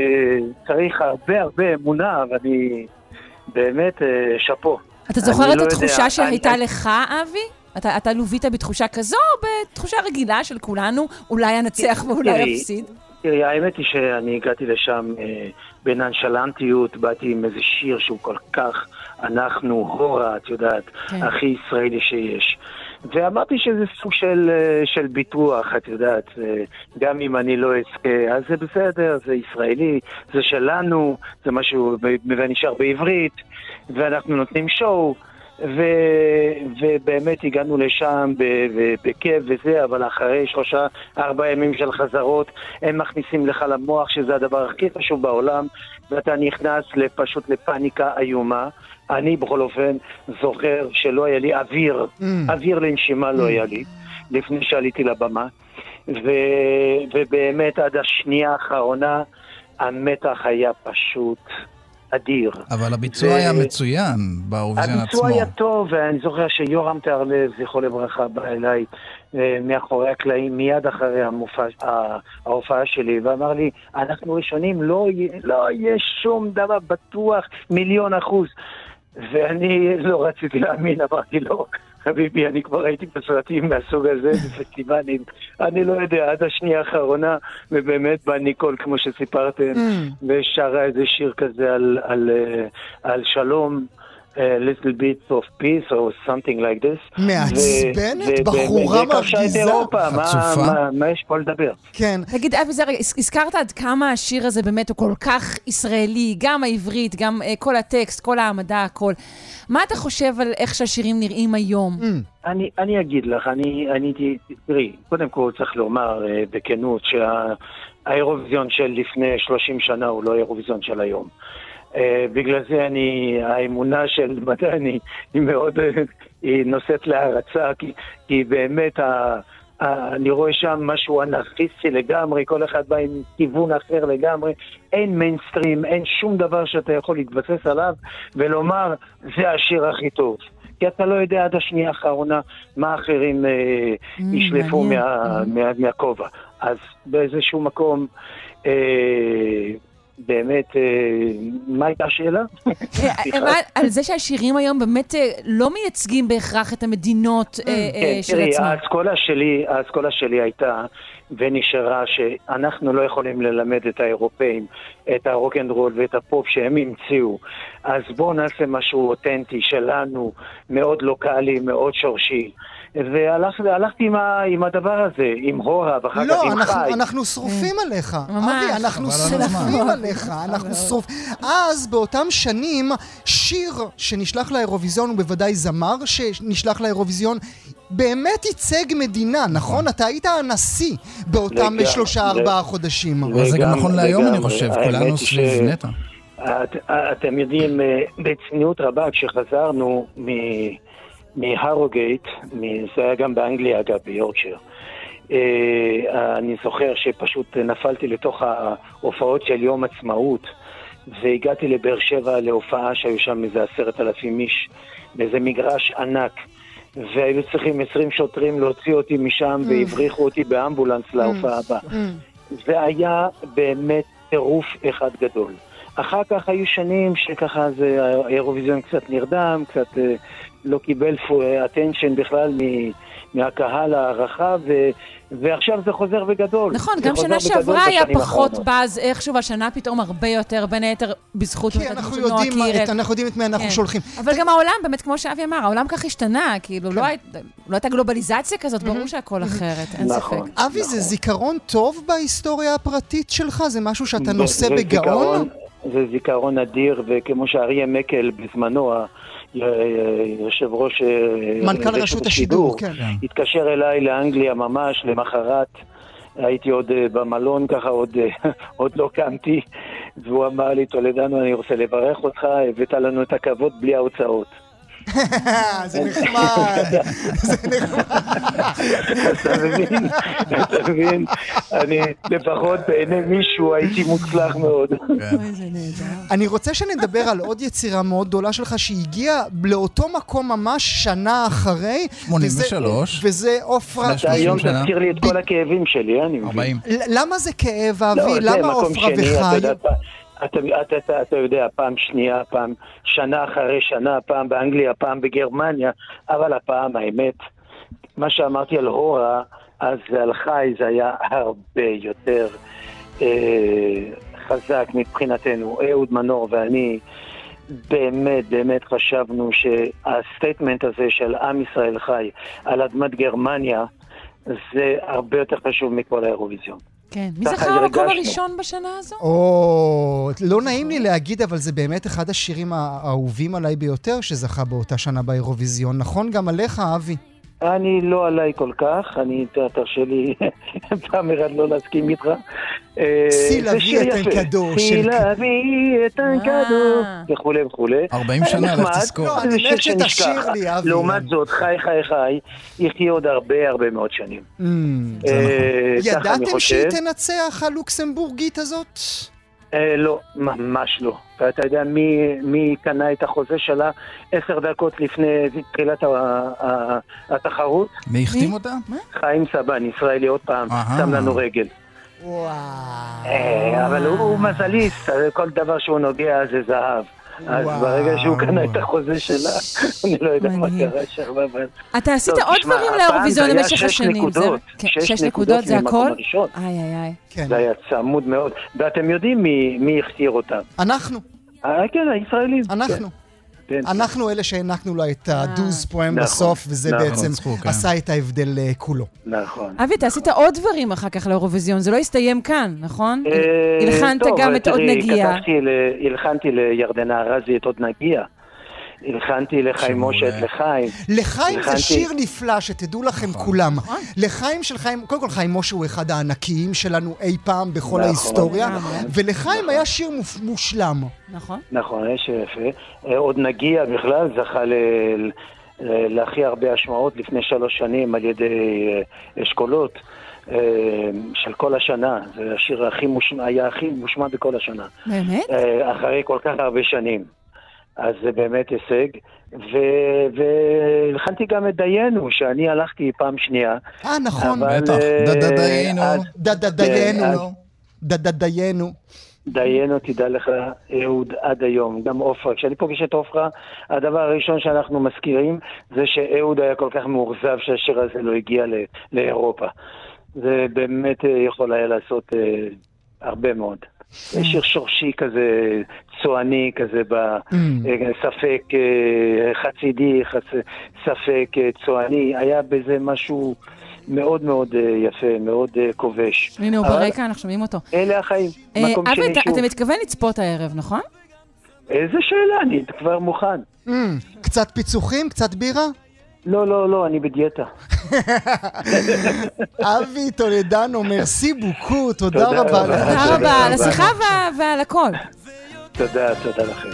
צריך הרבה הרבה אמונה, ואני באמת שפו. אתה זוכר את לא התחושה יודע, שהייתה אני... לך, אבי? אתה, אתה לובית בתחושה כזו, או בתחושה רגילה של כולנו, אולי הנצח ואולי הפסיד? תראי, האמת היא שאני הגעתי לשם אה, בננשלנטיות, באתי עם איזה שיר שהוא כל כך, אנחנו, הורה, את יודעת, כן. הכי ישראלי שיש. ואמרתי שזה סוג של, של ביטוח, את יודעת, גם אם אני לא אזכה, אז זה בסדר, זה ישראלי, זה שלנו, זה משהו, ונשאר בעברית, ואנחנו נותנים שואו, ו, ובאמת הגענו לשם בכיף וזה, אבל אחרי שלושה, ארבעה ימים של חזרות, הם מכניסים לך למוח שזה הדבר הכי חשוב בעולם, ואתה נכנס פשוט לפאניקה איומה. אני בכל אופן זוכר שלא היה לי אוויר, mm. אוויר לנשימה לא היה לי, לפני שעליתי לבמה, ו, ובאמת עד השנייה האחרונה, המתח היה פשוט אדיר. אבל הביצוע ו... היה מצוין באירוויזיון עצמו. הביצוע היה טוב, ואני זוכר שיורם תהרלב, זכרו לברכה, בא אליי מאחורי הקלעים, מיד אחרי המופע, ההופעה שלי, ואמר לי, אנחנו ראשונים, לא, לא יש שום דבר בטוח, מיליון אחוז. ואני לא רציתי להאמין, אמרתי לו, חביבי, אני כבר הייתי בסרטים מהסוג הזה, בפסטיבלים, אני לא יודע, עד השנייה האחרונה, ובאמת בא ניקול, כמו שסיפרתם, ושרה איזה שיר כזה על, על, על שלום, a little bit of peace or something like this. מעצבנת, בחורה מרגיזה. חצופה. מה יש פה לדבר? כן. תגיד, אבי זר, הזכרת עד כמה השיר הזה באמת הוא כל כך ישראלי, גם העברית, גם כל הטקסט, כל העמדה, הכל. מה אתה חושב על איך שהשירים נראים היום? אני, אני אגיד לך, אני, אני, תראי, קודם כל צריך לומר בכנות שהאירוויזיון של לפני שלושים שנה הוא לא האירוויזיון של היום. Uh, בגלל זה אני, האמונה של מדעני היא מאוד, היא נושאת להרצה, כי, כי באמת ה, ה, אני רואה שם משהו אנרכיסטי לגמרי, כל אחד בא עם כיוון אחר לגמרי, אין מיינסטרים, אין שום דבר שאתה יכול להתבסס עליו ולומר, זה השיר הכי טוב. כי אתה לא יודע עד השנייה האחרונה מה אחרים uh, mm, ישלפו מה, mm. מה, מהכובע. אז באיזשהו מקום... Uh, באמת, מה הייתה השאלה? על זה שהשירים היום באמת לא מייצגים בהכרח את המדינות של עצמם. האסכולה שלי, האסכולה שלי הייתה ונשארה שאנחנו לא יכולים ללמד את האירופאים, את הרוק אנד רול ואת הפופ שהם המציאו. אז בואו נעשה משהו אותנטי שלנו, מאוד לוקלי, מאוד שורשי. והלכתי עם, עם הדבר הזה, עם הורה, ואחר לא, כך עם אנחנו, חי. לא, אנחנו שרופים עליך. אבי, אנחנו שרופים עליך. אנחנו שרופ... אז, באותם שנים, שיר שנשלח לאירוויזיון, הוא בוודאי זמר שנשלח לאירוויזיון, באמת ייצג מדינה, נכון? אתה היית הנשיא באותם שלושה ארבעה חודשים. אבל זה גם נכון להיום, אני חושב, כולנו סביב נטע. אתם יודעים, בצניעות רבה, כשחזרנו מ... מהרוגייט, זה היה גם באנגליה אגב, ביורקשייר. אני זוכר שפשוט נפלתי לתוך ההופעות של יום עצמאות, והגעתי לבאר שבע להופעה שהיו שם איזה עשרת אלפים איש, באיזה מגרש ענק, והיו צריכים עשרים שוטרים להוציא אותי משם, mm. והבריחו אותי באמבולנס להופעה הבאה. Mm. זה היה באמת טירוף אחד גדול. אחר כך היו שנים שככה זה, האירוויזיון קצת נרדם, קצת לא קיבל attention בכלל מ... מהקהל הרחב, ו... ועכשיו זה חוזר בגדול. נכון, גם שנה שעברה היה פחות באז איכשהו, והשנה פתאום הרבה יותר, בין היתר בזכות... כי אנחנו יודעים, את, אנחנו יודעים את מי אנחנו כן. שולחים. אבל גם העולם, באמת כמו שאבי אמר, העולם כך השתנה, כאילו כן. לא, הי... לא הייתה גלובליזציה כזאת, ברור שהכל אחרת, אין נכון, ספק. אבי, נכון. זה זיכרון טוב בהיסטוריה הפרטית שלך? זה משהו שאתה נושא בגאון? זיכרון, זה זיכרון אדיר, וכמו שאריה מקל בזמנו, יושב ראש מנכ"ל רשות השידור, כן. התקשר אליי לאנגליה ממש, למחרת הייתי עוד במלון ככה, עוד, עוד לא קמתי, והוא אמר לי, טולדנו, אני רוצה לברך אותך, הבאת לנו את הכבוד בלי ההוצאות. זה נחמד, זה נחמד. אתה מבין, אתה מבין, אני לפחות בעיני מישהו הייתי מוצלח מאוד. אני רוצה שנדבר על עוד יצירה מאוד גדולה שלך שהגיעה לאותו מקום ממש שנה אחרי. שמונים ושלוש. וזה אופרה. אתה היום תזכיר לי את כל הכאבים שלי, אני מבין. ארבעים. למה זה כאב, אבי? למה אופרה וחי? אתה, אתה, אתה, אתה יודע, פעם שנייה, פעם שנה אחרי שנה, פעם באנגליה, פעם בגרמניה, אבל הפעם האמת, מה שאמרתי על הורה, אז על חי זה היה הרבה יותר אה, חזק מבחינתנו. אהוד מנור ואני באמת, באמת חשבנו שהסטייטמנט הזה של עם ישראל חי על אדמת גרמניה, זה הרבה יותר חשוב מכל האירוויזיון. כן, מי זכה המקום הראשון בשנה הזו? או, לא נעים לי להגיד, אבל זה באמת אחד השירים האהובים עליי ביותר שזכה באותה שנה באירוויזיון. נכון גם עליך, אבי? אני לא עליי כל כך, אני תרשה לי פעם אחד לא להסכים איתך. סי לוי את הנקדו. סי לוי את הנקדו. וכולי וכולי. ארבעים שנה, לך תזכור. לא, אני מת שתשאיר לי, אבי. לעומת זאת, חי חי חי, יחיה עוד הרבה הרבה מאוד שנים. ידעתם שהיא תנצח הלוקסמבורגית הזאת? לא, ממש לא. ואתה יודע מי קנה את החוזה שלה עשר דקות לפני תחילת התחרות? מי החתים אותה? חיים סבן, ישראלי, עוד פעם, שם לנו רגל. וואו. אבל הוא מזליסט, כל דבר שהוא נוגע זה זהב. אז ברגע שהוא קנה את החוזה שלה, אני לא יודע מה קרה שם, אבל... אתה עשית עוד דברים לאירוויזיון במשך השנים. שש נקודות זה הכל? איי איי איי. זה היה צמוד מאוד. ואתם יודעים מי הכתיר אותם? אנחנו. כן, הישראלים. אנחנו. אנחנו אלה שהענקנו לה את הדוז פואם בסוף, וזה בעצם עשה את ההבדל כולו. נכון. אבי, אתה עשית עוד דברים אחר כך לאירוויזיון, זה לא הסתיים כאן, נכון? הלחנת גם את עוד נגיע. הלחנתי לירדנה ארזי את עוד נגיע. הלחנתי לחיים משה את לחיים. לחיים זה שיר נפלא, שתדעו לכם כולם. לחיים של חיים, קודם כל חיים משה הוא אחד הענקיים שלנו אי פעם בכל ההיסטוריה, ולחיים היה שיר מושלם. נכון. נכון, יש יפה. עוד נגיע בכלל זכה להכי הרבה השמעות לפני שלוש שנים על ידי אשכולות של כל השנה. זה השיר היה הכי מושמע בכל השנה. באמת? אחרי כל כך הרבה שנים. אז זה באמת הישג, והלחנתי גם את דיינו, שאני הלכתי פעם שנייה. אה, נכון. בטח, דדה דיינו. דדה דיינו. דדה דיינו. דיינו, תדע לך, אהוד, עד היום, גם אופרה. כשאני פוגש את אופרה, הדבר הראשון שאנחנו מזכירים, זה שאהוד היה כל כך מאוכזב שהשיר הזה לא הגיע לאירופה. זה באמת יכול היה לעשות הרבה מאוד. שיר שורשי כזה, צועני כזה, בספק חצידי, ספק צועני, היה בזה משהו מאוד מאוד יפה, מאוד כובש. הנה הוא ברקע, אנחנו שומעים אותו. אלה החיים, מקום שני שוב. אתה מתכוון לצפות הערב, נכון? איזה שאלה, אני כבר מוכן. קצת פיצוחים, קצת בירה? לא, לא, לא, אני בדיאטה. אבי טולדנו, מרסי בוקו, תודה רבה. תודה רבה על השיחה ועל הכל. תודה, תודה לכם.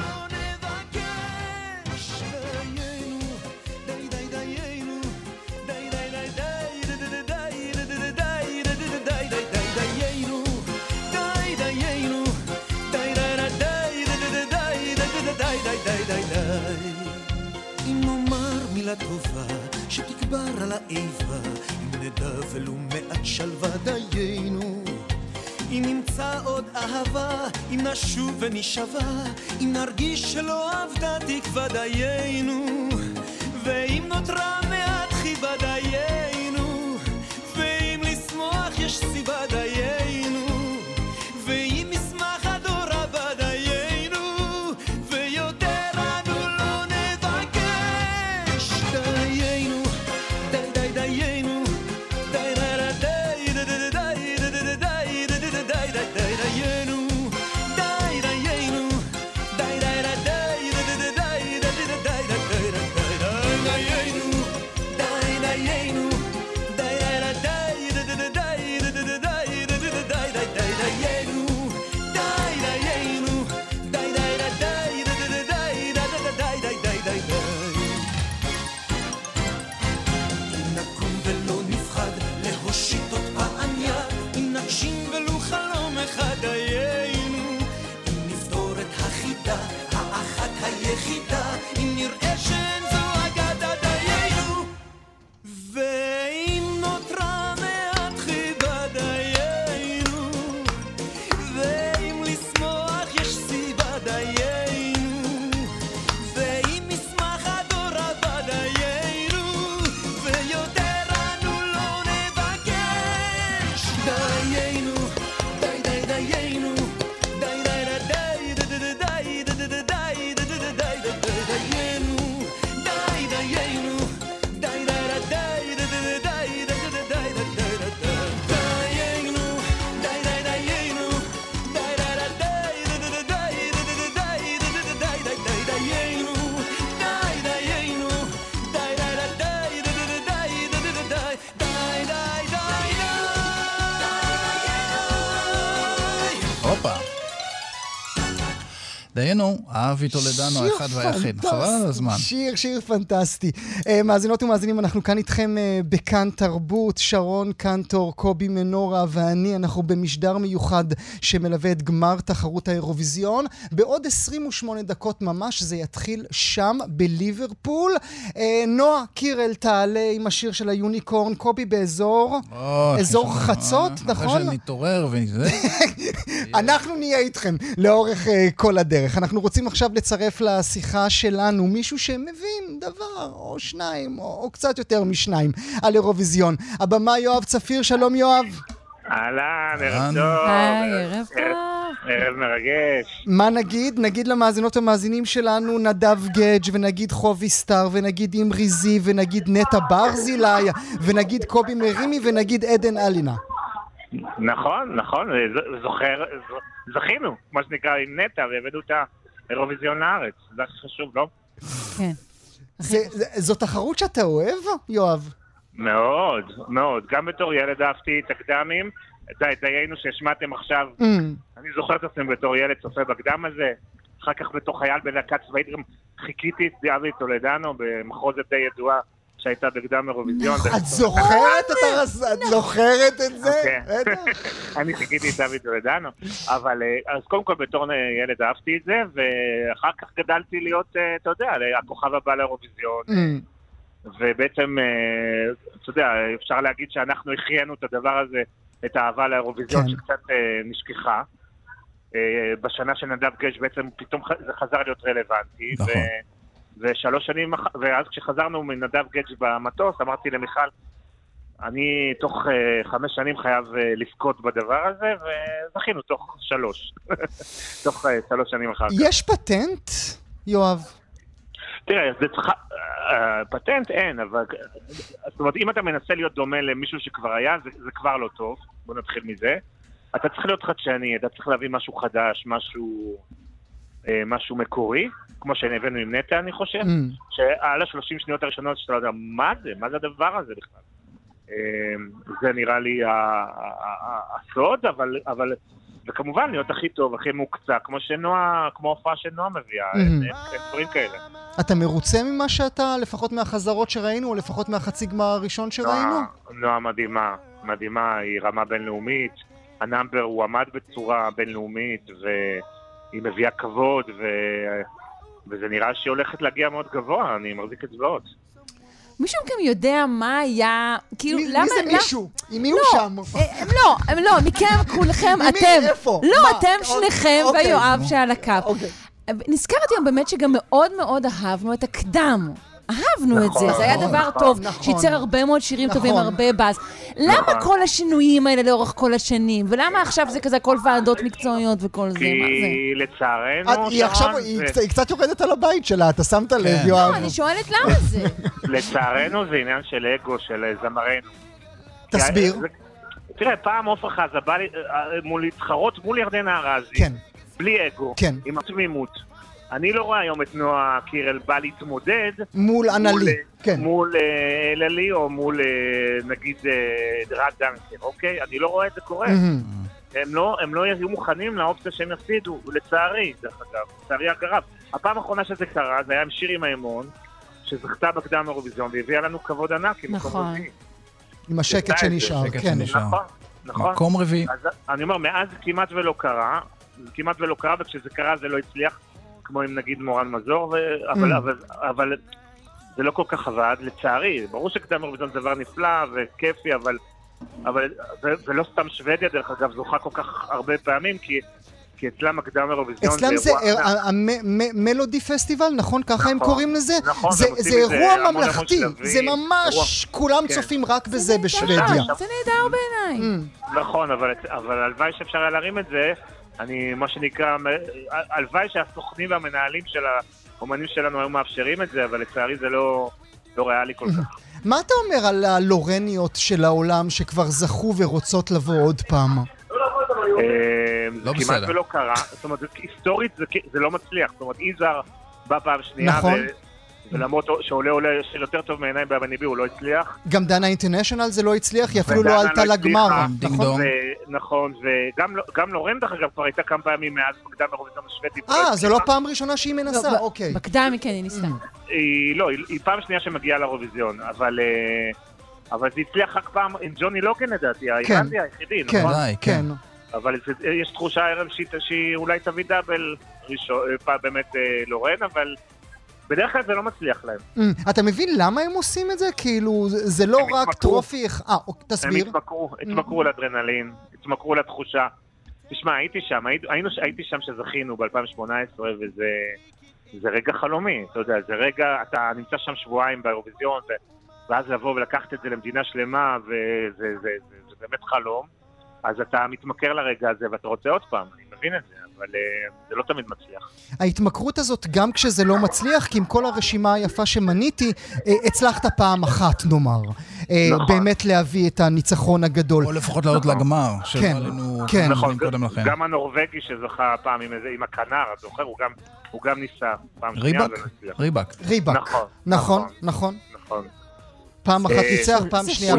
נשוב ונשבע, אם נרגיש שלא עבדה תקווה דיינו, ואם נותרה מעט חיבה דיינו, ואם לשמוח יש סיבה דיינו, ואם ישמח הדור הבא דיינו, ויותר אנו לא נבקש. דיינו, די די דיינו, די די די די די די די די די די די די דיינו, די דיינו, די די די די די די די די דיינו, אהבי תולדנו, האחד והיחיד. חבל על הזמן. שיר, שיר פנטסטי. מאזינות ומאזינים, אנחנו כאן איתכם בכאן תרבות, שרון קנטור, קובי מנורה ואני, אנחנו במשדר מיוחד שמלווה את גמר תחרות האירוויזיון. בעוד עשרים ושמונה דקות ממש זה יתחיל שם בליברפול. נועה קירל תעלה עם השיר של היוניקורן, קובי באזור, אזור חצות, נכון? אחרי שנתעורר וזה. אנחנו נהיה איתכם לאורך כל הדרך. אנחנו רוצים עכשיו לצרף לשיחה שלנו מישהו שמבין דבר או שניים או, או קצת יותר משניים על אירוויזיון. הבמה יואב צפיר, שלום יואב. אהלן, ערב טוב. היי, ערב טוב. ערב מרגש. מה נגיד? נגיד למאזינות ומאזינים שלנו נדב גדג' ונגיד חובי סטאר ונגיד אמרי זיו ונגיד נטע ברזילי ונגיד קובי מרימי ונגיד עדן אלינה. נכון, נכון, זוכר, זכינו, מה שנקרא, עם נטע, והבאנו את האירוויזיון לארץ, זה הכי חשוב, לא? כן. זו תחרות שאתה אוהב, יואב? מאוד, מאוד, גם בתור ילד אהבתי תקדמים, דיינו שהשמעתם עכשיו, אני זוכר את עצמם בתור ילד צופה בקדם הזה, אחר כך בתור חייל בלהקה צבאית, גם חיכיתי את אהבי תולדנו במחוזת די ידועה, שהייתה בקדם אירוויזיון. את זוכרת את זוכרת את זה? אני חיכיתי את אהבי תולדנו, אבל אז קודם כל בתור ילד אהבתי את זה, ואחר כך גדלתי להיות, אתה יודע, הכוכב הבא לאירוויזיון, ובעצם, אתה יודע, אפשר להגיד שאנחנו החיינו את הדבר הזה, את האהבה לאירוויזיון שקצת נשכחה. בשנה של נדב גדג' בעצם פתאום זה חזר להיות רלוונטי, ושלוש שנים, ואז כשחזרנו מנדב גדג' במטוס, אמרתי למיכל, אני תוך חמש שנים חייב לפקוד בדבר הזה, וזכינו תוך שלוש. תוך שלוש שנים אחר כך. יש פטנט, יואב? תראה, זה צריך... פטנט אין, אבל... זאת אומרת, אם אתה מנסה להיות דומה למישהו שכבר היה, זה, זה כבר לא טוב. בוא נתחיל מזה. אתה צריך להיות חדשני, אתה צריך להביא משהו חדש, משהו... משהו מקורי, כמו שהבאנו עם נטע, אני חושב, mm. שעל השלושים שניות הראשונות שאתה לא יודע, מה זה? מה זה הדבר הזה בכלל? זה נראה לי הסוד, אבל, אבל, וכמובן להיות הכי טוב, הכי מוקצה, כמו שנועה, כמו הופעה שנועה מביאה, mm. אין דברים כאלה. אתה מרוצה ממה שאתה, לפחות מהחזרות שראינו, או לפחות מהחצי גמר הראשון שראינו? נועה מדהימה, מדהימה, היא רמה בינלאומית, הנאמבר הוא עמד בצורה בינלאומית, ו... היא מביאה כבוד, ו... וזה נראה שהיא הולכת להגיע מאוד גבוה, אני מחזיק אצבעות. מישהו מכם יודע מה היה, כאילו, מי, למה... מי זה למה... מישהו? עם מי הוא לא, שם? הם לא, הם לא, מכם כולכם, מי, אתם. איפה? לא, מה? אתם שניכם אוקיי. ויואב שעל הקו. אוקיי. נזכרתי היום באמת שגם מאוד מאוד אהבנו את הקדם. אהבנו את זה, זה היה דבר טוב, שייצר הרבה מאוד שירים טובים, הרבה באז. למה כל השינויים האלה לאורך כל השנים? ולמה עכשיו זה כזה כל ועדות מקצועיות וכל זה? מה זה? כי לצערנו... היא עכשיו, היא קצת יורדת על הבית שלה, אתה שמת לב, יואב. לא, אני שואלת למה זה. לצערנו זה עניין של אגו, של זמרנו. תסביר. תראה, פעם עופר חזה בא להתחרות מול ירדנה ארזי. כן. בלי אגו. כן. עם התמימות. אני לא רואה היום את נועה קירל בא להתמודד מול אנלי, כן. מול אללי או מול נגיד רד דנקר, אוקיי? אני לא רואה את זה קורה. הם לא, הם לא יהיו מוכנים לאופציה שהם יפסידו, לצערי, דרך אגב, לצערי הגרב. הפעם האחרונה שזה קרה, זה היה עם שירי מימון, שזכתה בקדם אירוויזיון, והביאה לנו כבוד ענק. נכון. עם השקט שנשאר, כן. נכון, נכון. מקום רביעי. אז אני אומר, מאז כמעט ולא קרה, כמעט ולא קרה, וכשזה קרה זה לא הצליח, כמו עם נגיד מורן מזור, אבל, אבל, אבל זה לא כל כך עבד, לצערי. ברור שקדם אירוויזיון זה דבר נפלא וכיפי, אבל, אבל זה, זה לא סתם שוודיה, דרך אגב, זוכה כל כך הרבה פעמים, כי, כי אצלם הקדם אירוויזיון אצלם זה המלודי פסטיבל, נכון? ככה הם קוראים לזה? נכון, זה אירוע ממלכתי, זה ממש, כולם צופים רק בזה בשוודיה. זה נהדר בעיניי. נכון, אבל הלוואי שאפשר היה להרים את זה, אני, מה שנקרא, הלוואי שהסוכנים והמנהלים של האומנים שלנו היו מאפשרים את זה, אבל לצערי זה לא, לא ריאלי כל כך. מה אתה אומר על הלורניות של העולם שכבר זכו ורוצות לבוא עוד פעם? זה כמעט ולא קרה, זאת אומרת, היסטורית זה לא מצליח, זאת אומרת, איזר בא פעם שנייה, ולמרות שעולה עולה של יותר טוב מעיניים באבניבי, הוא לא הצליח. גם דנה אינטרנשיונל זה לא הצליח, היא אפילו לא עלתה לגמר. נכון, וגם לורן דרך אגב כבר הייתה כמה פעמים מאז בקדם אירוויזיון השוודי. אה, זו לא פעם ראשונה שהיא מנסה, אוקיי. בקדם כן, היא ניסתה. לא, היא פעם שנייה שמגיעה לאירוויזיון, אבל אבל זה הצליח רק פעם עם ג'וני לוקן לדעתי, האירלנדי היחידי, נכון? כן, אבל יש תחושה הערב שהיא אולי תביא דאבל באמת לורן, אבל בדרך כלל זה לא מצליח להם. אתה מבין למה הם עושים את זה? כאילו, זה לא רק טרופי... אה, תסביר. הם התמכרו, התמכרו לאדרנלין, התמכרו לתחושה. תשמע, הייתי שם, הייתי שם שזכינו ב-אלפיים שמונה עשרה, וזה רגע חלומי, אתה יודע, זה רגע, אתה נמצא שם שבועיים באירוויזיון, ואז לבוא ולקחת את זה למדינה שלמה, וזה באמת חלום, אז אתה מתמכר לרגע הזה, ואתה רוצה עוד פעם, אני מבין את זה. אבל זה לא תמיד מצליח. ההתמכרות הזאת, גם כשזה לא מצליח, כי עם כל הרשימה היפה שמניתי, הצלחת פעם אחת, נאמר. באמת להביא את הניצחון הגדול. או לפחות לעלות לגמר, כן, כן. גם הנורווגי שזכה פעם עם הכנר, זוכר, הוא גם ניסה פעם שנייה. ריבק. ריבק. נכון, נכון. נכון. פעם אחת ניצח, פעם שנייה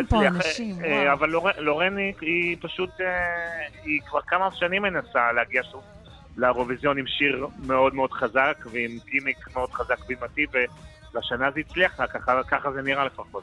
בא. אבל לורן היא פשוט, היא כבר כמה שנים מנסה להגיע שוב לאירוויזיון עם שיר מאוד מאוד חזק ועם גימיק מאוד חזק בימתי, ולשנה זה הצליח, ככה זה נראה לפחות.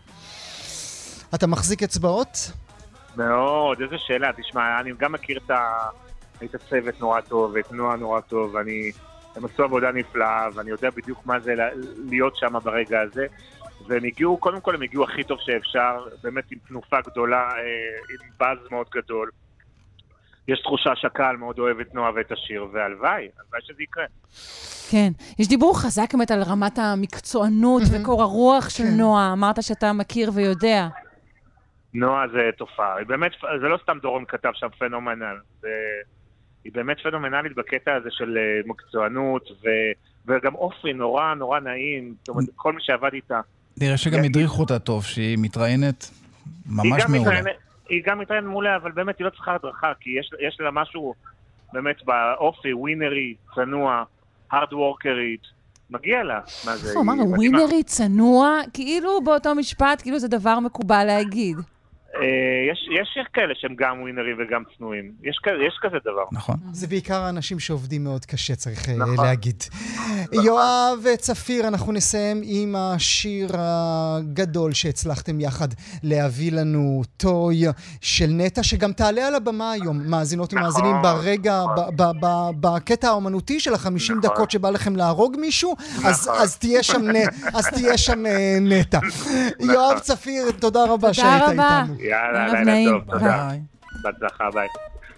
אתה מחזיק אצבעות? מאוד, איזו שאלה, תשמע, אני גם מכיר את הצוות נורא טוב ואת נועה נורא טוב, ואני, הם עשו עבודה נפלאה, ואני יודע בדיוק מה זה להיות שם ברגע הזה. והם הגיעו, קודם כל הם הגיעו הכי טוב שאפשר, באמת עם תנופה גדולה, עם באז מאוד גדול. יש תחושה שהקהל מאוד אוהב את נועה ואת השיר, והלוואי, הלוואי שזה יקרה. כן, יש דיבור חזק באמת על רמת המקצוענות וקור הרוח של נועה, אמרת שאתה מכיר ויודע. נועה זה תופעה, באמת, זה לא סתם דורון כתב שם פנומנל, היא באמת פנומנלית בקטע הזה של מקצוענות, וגם אופי נורא נורא נעים, זאת אומרת, כל מי שעבד איתה, נראה שגם הדריכו אותה טוב, שהיא מתראיינת ממש מעולה. היא גם מתראיינת מעולה, אבל באמת היא לא צריכה הדרכה, כי יש לה משהו באמת באופי, ווינרי, צנוע, הארד וורקרית, מגיע לה. איך אמרנו, ווינרי, צנוע, כאילו באותו משפט, כאילו זה דבר מקובל להגיד. יש כאלה שהם גם ווינרים וגם צנועים. יש כזה דבר. נכון. זה בעיקר האנשים שעובדים מאוד קשה, צריך להגיד. יואב צפיר, אנחנו נסיים עם השיר הגדול שהצלחתם יחד להביא לנו, טוי של נטע, שגם תעלה על הבמה היום, מאזינות ומאזינים, ברגע, בקטע האומנותי של החמישים דקות שבא לכם להרוג מישהו, אז תהיה תהיה שם נטע. יואב צפיר, תודה רבה שהיית איתנו. יאללה, לילה טוב, תודה. בהצלחה, ביי.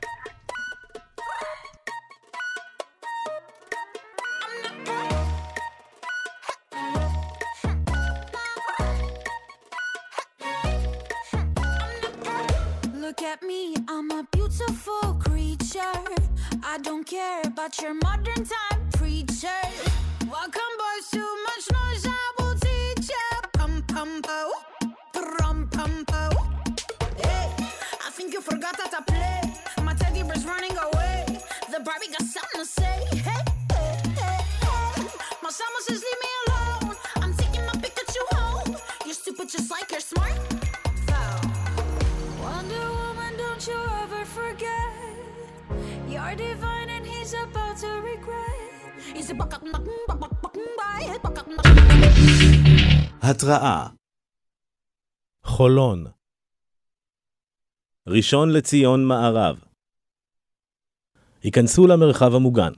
Look at me, I'm a beautiful creature. I don't care about your modern time preacher. Welcome boys, too much noise, I will teach ya. Pum pum po, pum pum po. Hey, I think you forgot how to play. My teddy bear's running away. The Barbie got something to say. Hey, hey, hey, hey. My summer says leave me alone. I'm taking my Pikachu home. You're stupid just like you're smart. Wonder Woman, don't you ever forget. You're divine and he's about to regret. He's a buck up, buck up, buck up, buck up. התראה. חולון. ראשון לציון מערב. היכנסו למרחב המוגן.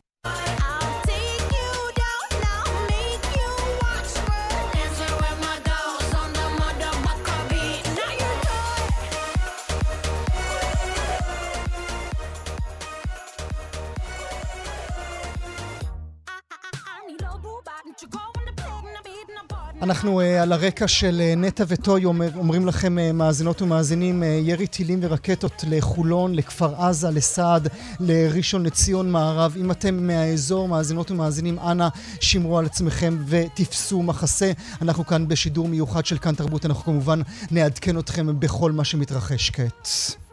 אנחנו uh, על הרקע של uh, נטע וטוי אומר, אומרים לכם uh, מאזינות ומאזינים, uh, ירי טילים ורקטות לחולון, לכפר עזה, לסעד, לראשון לציון מערב. אם אתם מהאזור, מאזינות ומאזינים, אנא שמרו על עצמכם ותפסו מחסה. אנחנו כאן בשידור מיוחד של כאן תרבות, אנחנו כמובן נעדכן אתכם בכל מה שמתרחש כעת.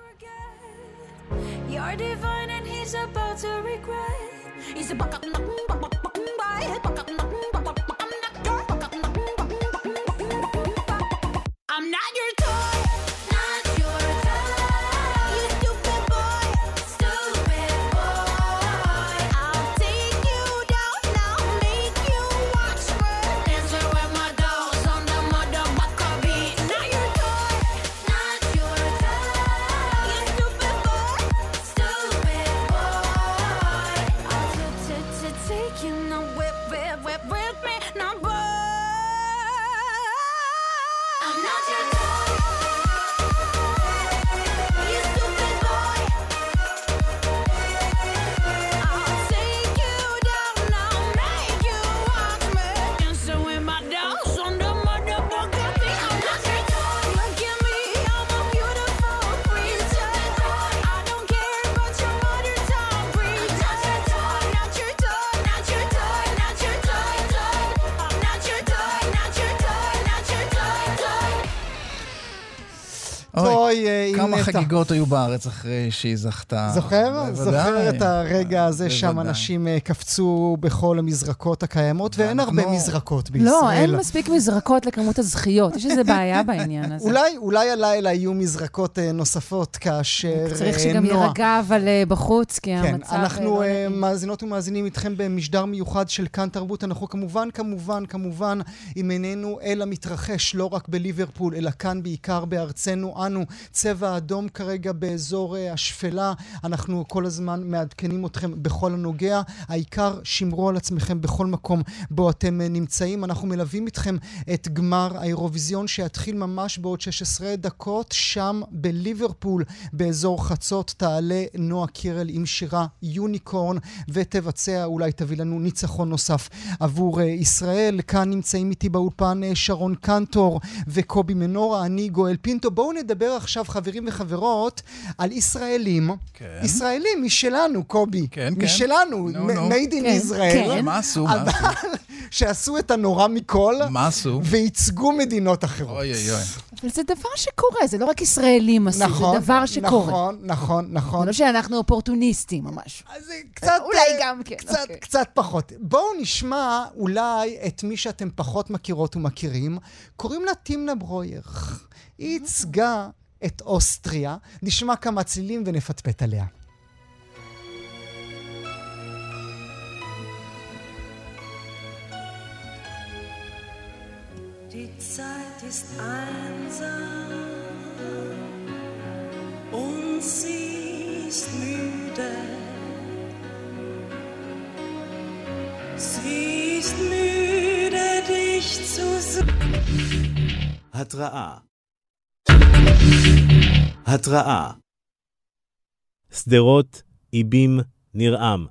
You're divine and he's about to regret. He's a buck up, buck up, buck up, buck up. I'm not your toy, not your toy. You stupid boy, stupid boy. I'll take you down, I'll make you watch me. Dancing with my dolls on the motherfucker beat. Not your toy, not your toy. You stupid boy, stupid boy. I'll take you now, whip, whip, whip, whip me, now boy. I'm not your toy, you stupid boy. I'll take you down, I'll make you watch me. Dancing with my dolls on the motherfucker beat. I'm not your toy. Look at me, I'm a beautiful creature. I don't care about your modern time preacher. Not your toy, not your toy, not your toy, toy. I'm not your toy, not your toy, not your toy, toy. טוי עם כמה נטע. חגיגות היו בארץ אחרי שהיא זכתה. זוכר? זוכר את הרגע הזה שם בוודאי. אנשים אה, קפצו בכל המזרקות הקיימות, ואין ואנחנו- הרבה מזרקות בישראל. לא, אין מספיק מזרקות לכמות הזכיות. יש איזו בעיה בעניין הזה. אולי, אולי הלילה יהיו מזרקות אה, נוספות כאשר צריך אה, שגם נועה. יירגע, אבל אה, בחוץ, כי כן, המצב... אנחנו אה, לא אה, נעים. מאזינות ומאזינים איתכם במשדר מיוחד של כאן תרבות. אנחנו כמובן, כמובן, כמובן, עם עינינו אל המתרחש, לא רק בליברפול, אלא כאן בעיקר בארצנו אנו. צבע אדום כרגע באזור אה, השפלה. אנחנו כל הזמן מעדכנים אתכם בכל הנוגע. העיקר שמרו על עצמכם בכל מקום בו אתם אה, נמצאים. אנחנו מלווים איתכם את גמר האירוויזיון שיתחיל ממש בעוד שש עשרה דקות. שם בליברפול, באזור חצות, תעלה נועה קירל עם שירה יוניקורן ותבצע, אולי תביא לנו ניצחון נוסף עבור uh, ישראל. כאן נמצאים איתי באולפן uh, שרון קנטור וקובי מנורה, אני גואל פינטו. בואו נדבר עכשיו, חברים וחברות, על ישראלים. כן. ישראלים משלנו, קובי. כן, כן. משלנו, נו, נו. made in כן, Israel. כן. מה עשו? מה אבל עשו? שעשו את הנורא מכל מה עשו? וייצגו מדינות אחרות. אוי אוי אוי. אבל זה דבר שקורה, זה לא רק ישראלים עשו, נכון, זה דבר שקורה. נכון, נכון, זה נכון. לא שאנחנו אופורטוניסטים ממש. אז זה קצת, אולי אה, גם כן, קצת, אוקיי. קצת פחות. בואו נשמע אולי את מי שאתם פחות מכירות ומכירים. קוראים לה תימנה ברויר. היא ייצגה את אוסטריה. נשמע כמה צלילים ונפטפט עליה. Die Zeit ist einsam und sie ist müde. Sie ist müde, dich zu sehen. התראה. התראה. שדרות, איבים, נרעם.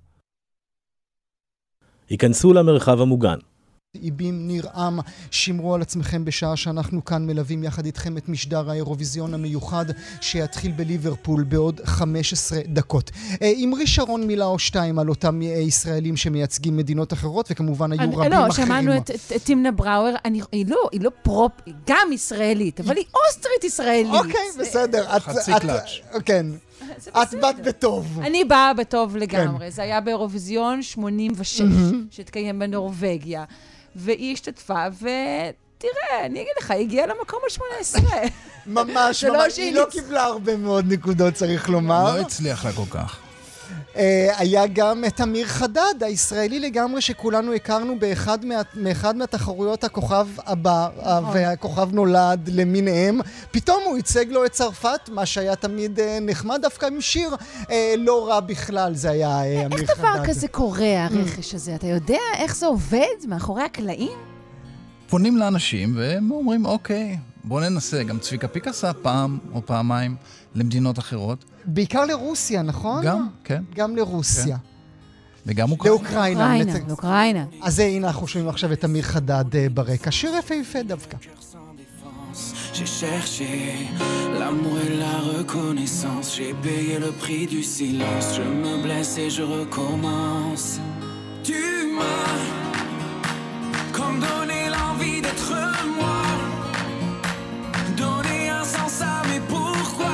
היכנסו למרחב המוגן. איבים, נרעם, שמרו על עצמכם בשעה שאנחנו כאן מלווים יחד איתכם את משדר האירוויזיון המיוחד שיתחיל בליברפול בעוד חמש עשרה דקות. אמרי שרון מילה או שתיים על אותם ישראלים שמייצגים מדינות אחרות, וכמובן היו רבים אחרים. לא, שמענו את תימנה בראואר, היא לא פרופ, היא גם ישראלית, אבל היא אוסטרית ישראלית. אוקיי, בסדר. חצי קלאץ'. כן. את באת בטוב. אני באה בטוב לגמרי. זה היה באירוויזיון שמונים ושש, שהתקיים בנורווגיה. והיא השתתפה, ותראה, אני אגיד לך, היא הגיעה למקום ה-שמונה עשרה. ממש, ממש, היא לא קיבלה הרבה מאוד נקודות, צריך לומר. לא הצליח לה כל כך. היה גם את אמיר חדד, הישראלי לגמרי, שכולנו הכרנו באחד מהתחרויות הכוכב הבא, והכוכב נולד למיניהם. פתאום הוא ייצג לו את צרפת, מה שהיה תמיד נחמד, דווקא עם שיר לא רע בכלל, זה היה אמיר חדד. איך דבר כזה קורה, הרכש הזה? אתה יודע איך זה עובד מאחורי הקלעים? פונים לאנשים והם אומרים, אוקיי, בוא ננסה. גם צביקה פיק עשה פעם או פעמיים למדינות אחרות. בעיקר לרוסיה, נכון? גם, כן. גם לרוסיה. וגם אוקראינה. לאוקראינה. לאוקראינה, לאוקראינה. אז הנה אנחנו שומעים עכשיו את אמיר חדד ברקע. שיר יפה יפה דווקא. J'ai cherché l'amour et la reconnaissance. J'ai payé le prix du silence. Je me blesse et je recommence. Tu m'as comme donné l'envie d'être moi. Donné un sens à mes pourquoi.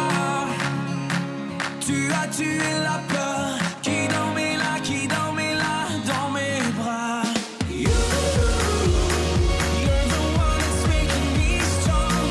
Tu as tué la peur qui dormait là, qui dormait là dans mes bras. You, you're the one that's making me strong.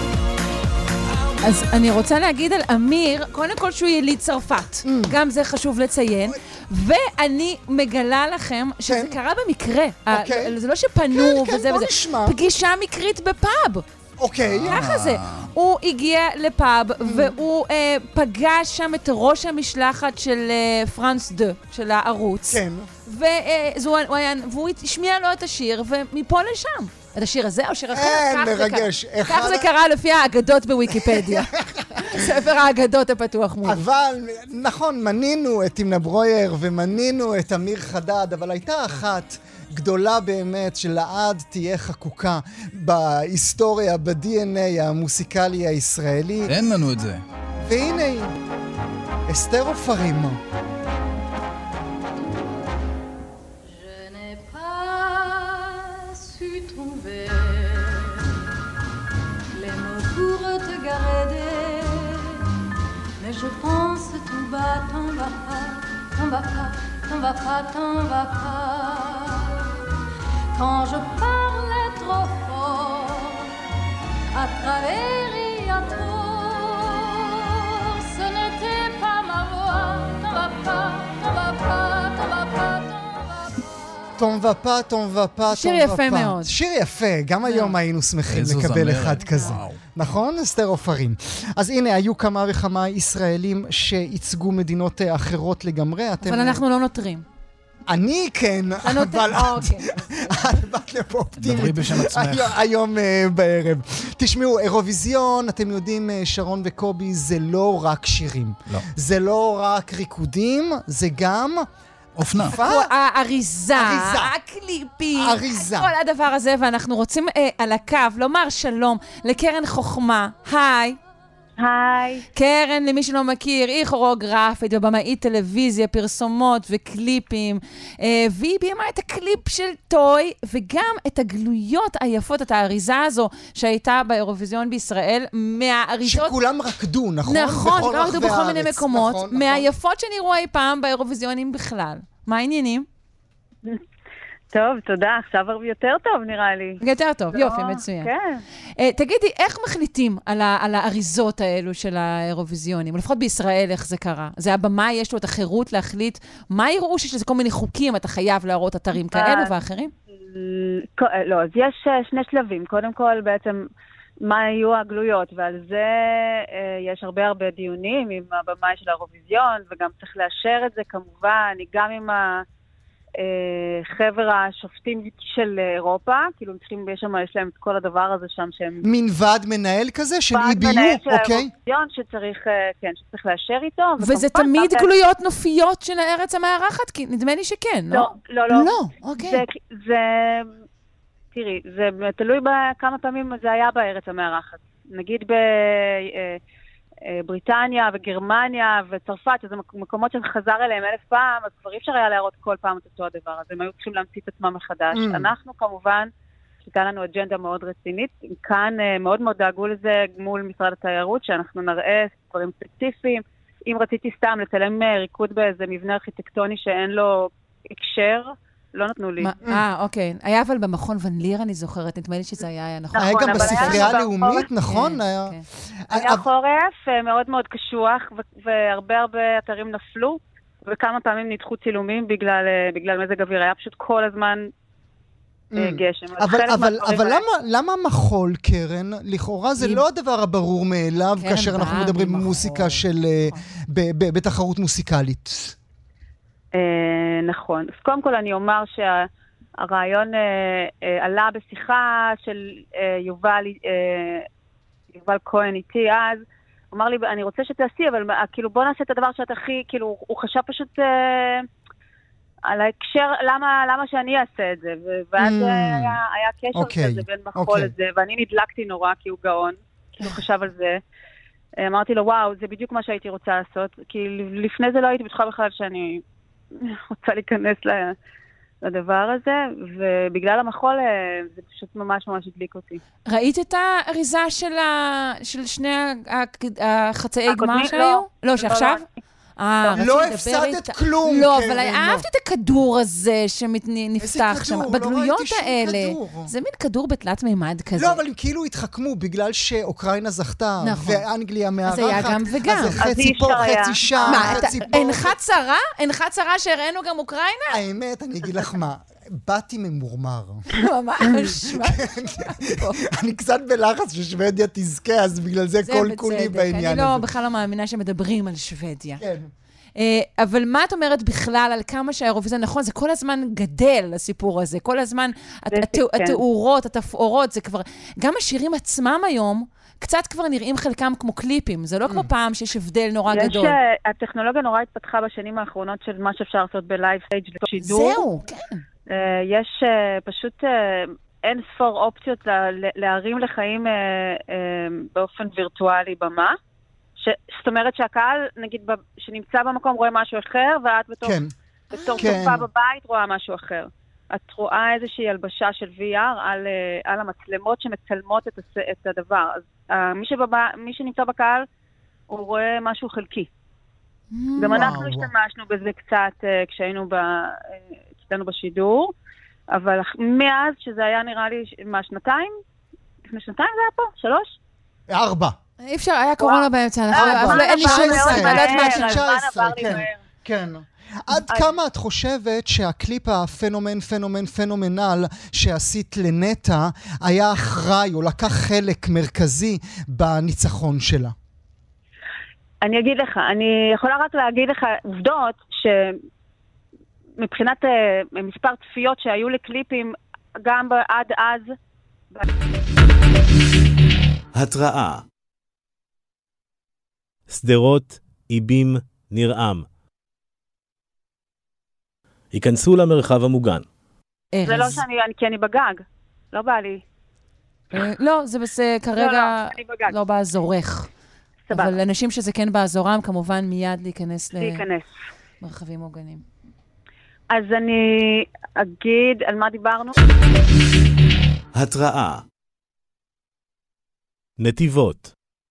אז אני רוצה להגיד על אמיר, קודם כל שהוא יליד צרפת. גם זה חשוב לציין. ואני מגלה לכם שזה קרה במקרה. זה לא שפנו וזה וזה. פגישה מקרית בפאב. אוקיי. ככה זה. הוא הגיע לפאב, והוא פגש שם את ראש המשלחת של פרנס דה, של הערוץ. כן. והוא השמיע לו את השיר, ומפה לשם. את השיר הזה או שיר אחר? אין, מרגש. כך זה קרה לפי האגדות בוויקיפדיה. ספר האגדות הפתוח מול. אבל, נכון, מנינו את תימנה בראואר ומנינו את אמיר חדד, אבל הייתה אחת גדולה באמת שלעד תהיה חקוקה בהיסטוריה, ב-די אן איי המוסיקלי הישראלי. אין לנו את זה. והנה היא, אסתר עופרים. Mais je pense tout bas, t'en vas pas, t'en vas pas, t'en vas pas, t'en vas pas. Quand je parlais trop fort, à travers et à tort, ce n'était pas ma voix, t'en vas pas, t'en vas pas, t'en vas pas, t'en vas pas. טון ופה, טון ופה, שיר יפה מאוד. שיר יפה, גם היום היינו שמחים לקבל אחד כזה. נכון? אסתר עופרים. אז הנה, היו כמה וכמה ישראלים שייצגו מדינות אחרות לגמרי. אבל אנחנו לא נותרים. אני כן, אבל את באת לפה אופטימית. דברי בשם עצמך. היום בערב. תשמעו, אירוויזיון, אתם יודעים, שרון וקובי, זה לא רק שירים. לא. זה לא רק ריקודים, זה גם אופנה. האריזה, הקליפים, אריזה. כל הדבר הזה, ואנחנו רוצים אה, על הקו לומר שלום לקרן חוכמה. היי. היי. קרן, למי שלא מכיר, היא כוריאוגרפית ובמאית טלוויזיה, פרסומות וקליפים, אה, והיא ביימה את הקליפ של טוי, וגם את הגלויות היפות, את האריזה הזו שהייתה באירוויזיון בישראל, מהאריזות... שכולם רקדו, נכון? נכון, שכולם רקדו בכל מיני מקומות, נכון, מהיפות שנראו אי פעם באירוויזיונים בכלל. מה העניינים? טוב, תודה. עכשיו הרבה יותר טוב, נראה לי. יותר טוב, יופי, מצוין. כן. Uh, תגידי, איך מחליטים על, ה- על האריזות האלו של האירוויזיונים? או לפחות בישראל, איך זה קרה? זה הבמה, יש לו את החירות להחליט מה יראו שיש לזה כל מיני חוקים, אתה חייב להראות אתרים כאלו ואחרים? לא, אז יש שני שלבים. קודם כל, בעצם, מה יהיו הגלויות, ועל זה יש הרבה הרבה דיונים עם הבמאי של האירוויזיון, וגם צריך לאשר את זה כמובן, גם עם החבר השופטים של אירופה, כאילו הם צריכים, יש שם, יש להם את כל הדבר הזה שם שהם... מין ועד מנהל כזה של ועד אי בי יו, מנהל של אוקיי? האירוויזיון שצריך, כן, שצריך לאשר איתו. וזה תמיד גלויות נופיות של הארץ המארחת? כי נדמה לי שכן, לא? לא, לא, לא. לא, אוקיי. זה, זה, תראי, זה תלוי בכמה פעמים זה היה בארץ המארחת. נגיד בבריטניה וגרמניה וצרפת, שזה מקומות שחזר אליהם אלף פעם, אז כבר אי אפשר היה להראות כל פעם את אותו הדבר, אז הם היו צריכים להמציא את עצמם מחדש. Mm. אנחנו כמובן, הייתה לנו אג'נדה מאוד רצינית, כאן מאוד מאוד דאגו לזה מול משרד התיירות, שאנחנו נראה דברים ספציפיים. אם רציתי סתם לצלם ריקוד באיזה מבנה ארכיטקטוני שאין לו הקשר, לא נתנו לי. אה, אוקיי. היה אבל במכון ון ליר, אני זוכרת, נדמה לי שזה היה נכון. היה גם בספרייה הלאומית, נכון? היה חורף מאוד מאוד קשוח, והרבה הרבה אתרים נפלו, וכמה פעמים נדחו צילומים בגלל מזג אוויר. היה פשוט כל הזמן גשם. אבל למה מחול, קרן? לכאורה זה לא הדבר הברור מאליו, כאשר אנחנו מדברים במוסיקה של... בתחרות מוסיקלית. נכון. אז קודם כל אני אומר שהרעיון עלה בשיחה של יובל יובל כהן איתי אז, הוא אמר לי, אני רוצה שתעשי, אבל כאילו בוא נעשה את הדבר שאת הכי, כאילו הוא חשב פשוט על ההקשר, למה שאני אעשה את זה, ואז היה קשר כזה בין מחול לזה, ואני נדלקתי נורא כי הוא גאון, כאילו חשב על זה. אמרתי לו, וואו, זה בדיוק מה שהייתי רוצה לעשות, כי לפני זה לא הייתי בטוחה בכלל שאני רוצה להיכנס לדבר הזה, ובגלל המחול זה פשוט ממש ממש הדליק אותי. ראית את האריזה של שני החצאי גמר שהיו? לא, שעכשיו? לא הפסדת כלום. לא, אבל אהבתי את הכדור הזה שנפתח שם. בגלויות האלה. זה מין כדור בתלת מימד כזה. לא, אבל הם כאילו התחכמו בגלל שאוקראינה זכתה, ואנגליה מארחת. אז היה גם וגם. אז חצי פה, חצי שם, חצי פה. אינך צרה? אינך צרה שהראינו גם אוקראינה? האמת, אני אגיד לך מה. באתי ממורמר. ממש. אני קצת בלחץ ששוודיה תזכה, אז בגלל זה כל כולי בעניין הזה. אני לא בכלל לא מאמינה שמדברים על שוודיה. כן. אבל מה את אומרת בכלל על כמה שהאירוויזיון, נכון, זה כל הזמן גדל, הסיפור הזה, כל הזמן, התיאורות, התפאורות, זה כבר, גם השירים עצמם היום, קצת כבר נראים חלקם כמו קליפים, זה לא כמו פעם שיש הבדל נורא גדול. הטכנולוגיה נורא התפתחה בשנים האחרונות של מה שאפשר לעשות בלייב סטייג' ושידור. זהו, כן. יש פשוט אין ספור אופציות להרים לחיים באופן וירטואלי במה. זאת אומרת שהקהל, נגיד, שנמצא במקום רואה משהו אחר, ואת בתור צופה בבית רואה משהו אחר. את רואה איזושהי הלבשה של וי אר על, על המצלמות שמצלמות את, הס, את הדבר. אז מי, שבבא, מי שנמצא בקהל, הוא רואה משהו חלקי. Mm, גם וואו, אנחנו וואו. השתמשנו בזה קצת כשהיינו ב, כשהיינו בשידור, אבל מאז שזה היה נראה לי, מה, שנתיים? לפני שנתיים זה היה פה? שלוש? ארבע. אי אפשר, היה קורונה באמצע, אבל אין לי שום ספק, אני לא יודעת מה תשע עשרה, כן. עד כמה את חושבת שהקליפ הפנומן, פנומן, פנומנל שעשית לנטה היה אחראי או לקח חלק מרכזי בניצחון שלה? אני אגיד לך, אני יכולה רק להגיד לך עובדות שמבחינת מספר צפיות שהיו לקליפים גם עד אז. התראה. סדרות, איבים, נרעם. היכנסו למרחב המוגן. זה לא שאני, כי אני בגג. לא בא לי. לא, זה בסדר, כרגע לא באזורך. סבבה. אבל אנשים שזה כן באזורם, כמובן מיד להיכנס למרחבים מוגנים. אז אני אגיד על מה דיברנו. התראה. נתיבות.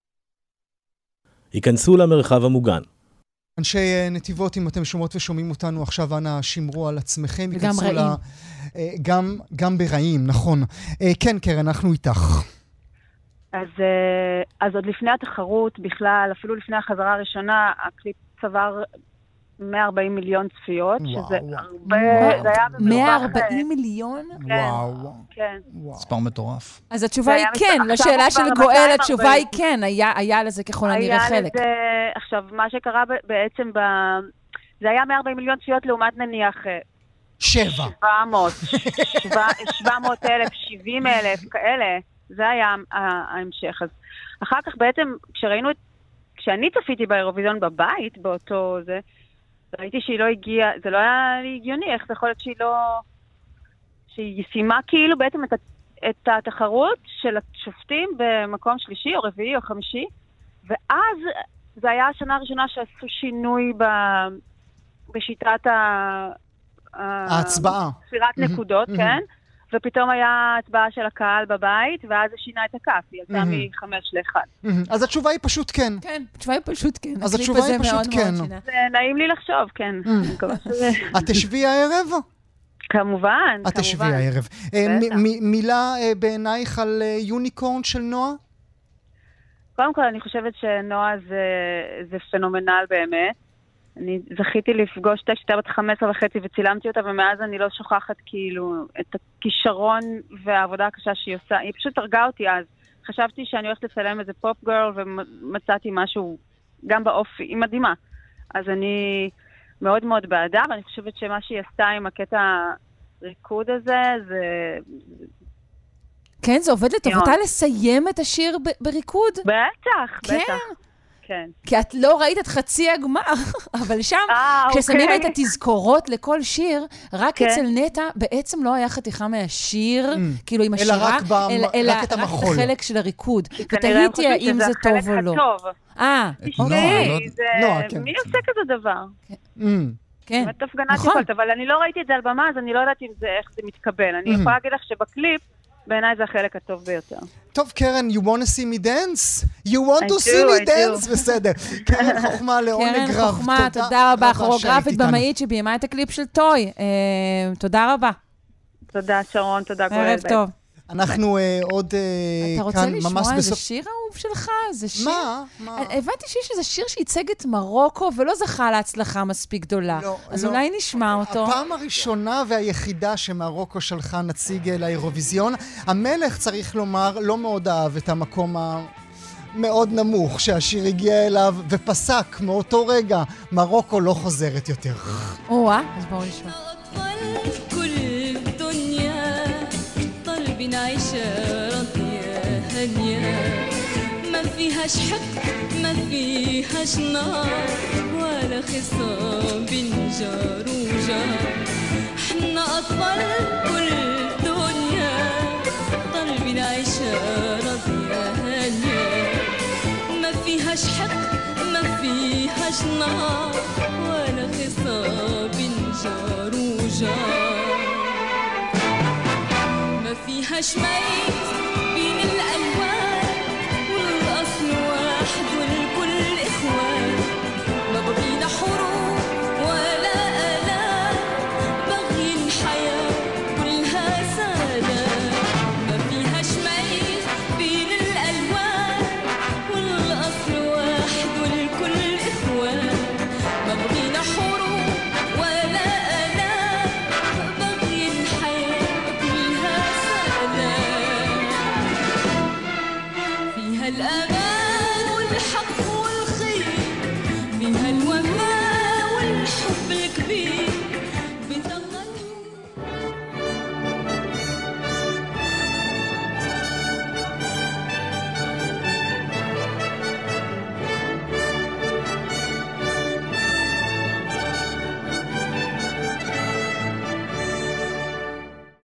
היכנסו למרחב המוגן. אנשי נתיבות, אם אתם שומעות ושומעים אותנו עכשיו, אנא שמרו על עצמכם. וגם רעים. לה, גם, גם ברעים, נכון. כן, קרן, אנחנו איתך. אז, אז עוד לפני התחרות, בכלל, אפילו לפני החזרה הראשונה, הקליפ צבר מאה וארבעים מיליון צפיות, שזה הרבה, זה היה במרווח... מאה וארבעים מיליון? וואו. כן. מספר מטורף. אז התשובה היא כן, לשאלה של גואל, התשובה היא כן, היה לזה ככל הנראה חלק. עכשיו, מה שקרה בעצם, זה היה מאה וארבעים מיליון צפיות לעומת נניח... שבע. שבע מאות, שבע מאות אלף, שבעים אלף, כאלה, זה היה ההמשך. אז אחר כך בעצם, כשראינו את, כשאני צפיתי באירוויזיון בבית, באותו זה, ראיתי שהיא לא הגיעה, זה לא היה לי הגיוני, איך זה יכול להיות שהיא לא, שהיא סיימה כאילו בעצם את, את התחרות של השופטים במקום שלישי או רביעי או חמישי, ואז זה היה השנה הראשונה שעשו שינוי ב, בשיטת ה... ההצבעה. ספירת נקודות, כן? ופתאום היה הצבעה של הקהל בבית, ואז זה שינה את הכף, היא יצאה מחמש לאחד. אז התשובה היא פשוט כן. כן, התשובה היא פשוט כן. אז התשובה היא פשוט כן. זה נעים לי לחשוב, כן. את תשבי הערב? כמובן, את תשבי הערב. מילה בעינייך על יוניקורן של נועה? קודם כל, אני חושבת שנועה זה פנומנל באמת. אני זכיתי לפגוש אותה כשהייתה בת חמש עשרה וחצי וצילמתי אותה, ומאז אני לא שוכחת כאילו את הכישרון והעבודה הקשה שהיא עושה. היא פשוט הרגה אותי אז. חשבתי שאני הולכת לצלם איזה פופ גרל, ומצאתי משהו גם באופי. היא מדהימה. אז אני מאוד מאוד בעדה, ואני חושבת שמה שהיא עשתה עם הקטע הריקוד הזה, זה... כן, זה עובד לטובתה לסיים את השיר בריקוד? בטח, כן. בטח. כן. כי את לא ראית את חצי הגמר, אבל שם, כששמים את התזכורות לכל שיר, רק אצל נטה בעצם לא היה חתיכה מהשיר, כאילו עם השירה, אלא רק את החלק של הריקוד. ותהיתי האם זה טוב או לא. אה, אוקיי. מי עושה כזה דבר? כן, נכון. אבל אני לא ראיתי את זה על במה, אז אני לא יודעת איך זה מתקבל. אני יכולה להגיד לך שבקליפ, בעיניי זה החלק הטוב ביותר. טוב, קרן, you want to see me dance? You want to see me dance? בסדר. קרן חוכמה לעונג רב. קרן חוכמה, תודה רבה, כוריאוגרפית במאית שביימה את הקליפ של טוי. תודה רבה. תודה, שרון, תודה כל ערב טוב. אנחנו עוד כאן ממש בסוף... אתה רוצה לשמוע איזה שיר אהוב שלך? איזה שיר? מה? מה? הבנתי שיש איזה שיר שייצג את מרוקו ולא זכה להצלחה מספיק גדולה. לא, אז לא. אולי נשמע אותו. הפעם הראשונה והיחידה שמרוקו שלחה נציג לאירוויזיון. המלך, צריך לומר, לא מאוד אהב את המקום המאוד נמוך שהשיר הגיע אליו, ופסק מאותו רגע, מרוקו לא חוזרת יותר. או-אה, אז בואו נשמע. نعيشة راضية هانية ما فيهاش حق ما فيهاش نار ولا خصام بين جار وجار حنا أطفال كل الدنيا قلبي نعيشة راضية هانية ما فيهاش حق ما فيهاش نار ولا خصام بين جار وجار فيها شمية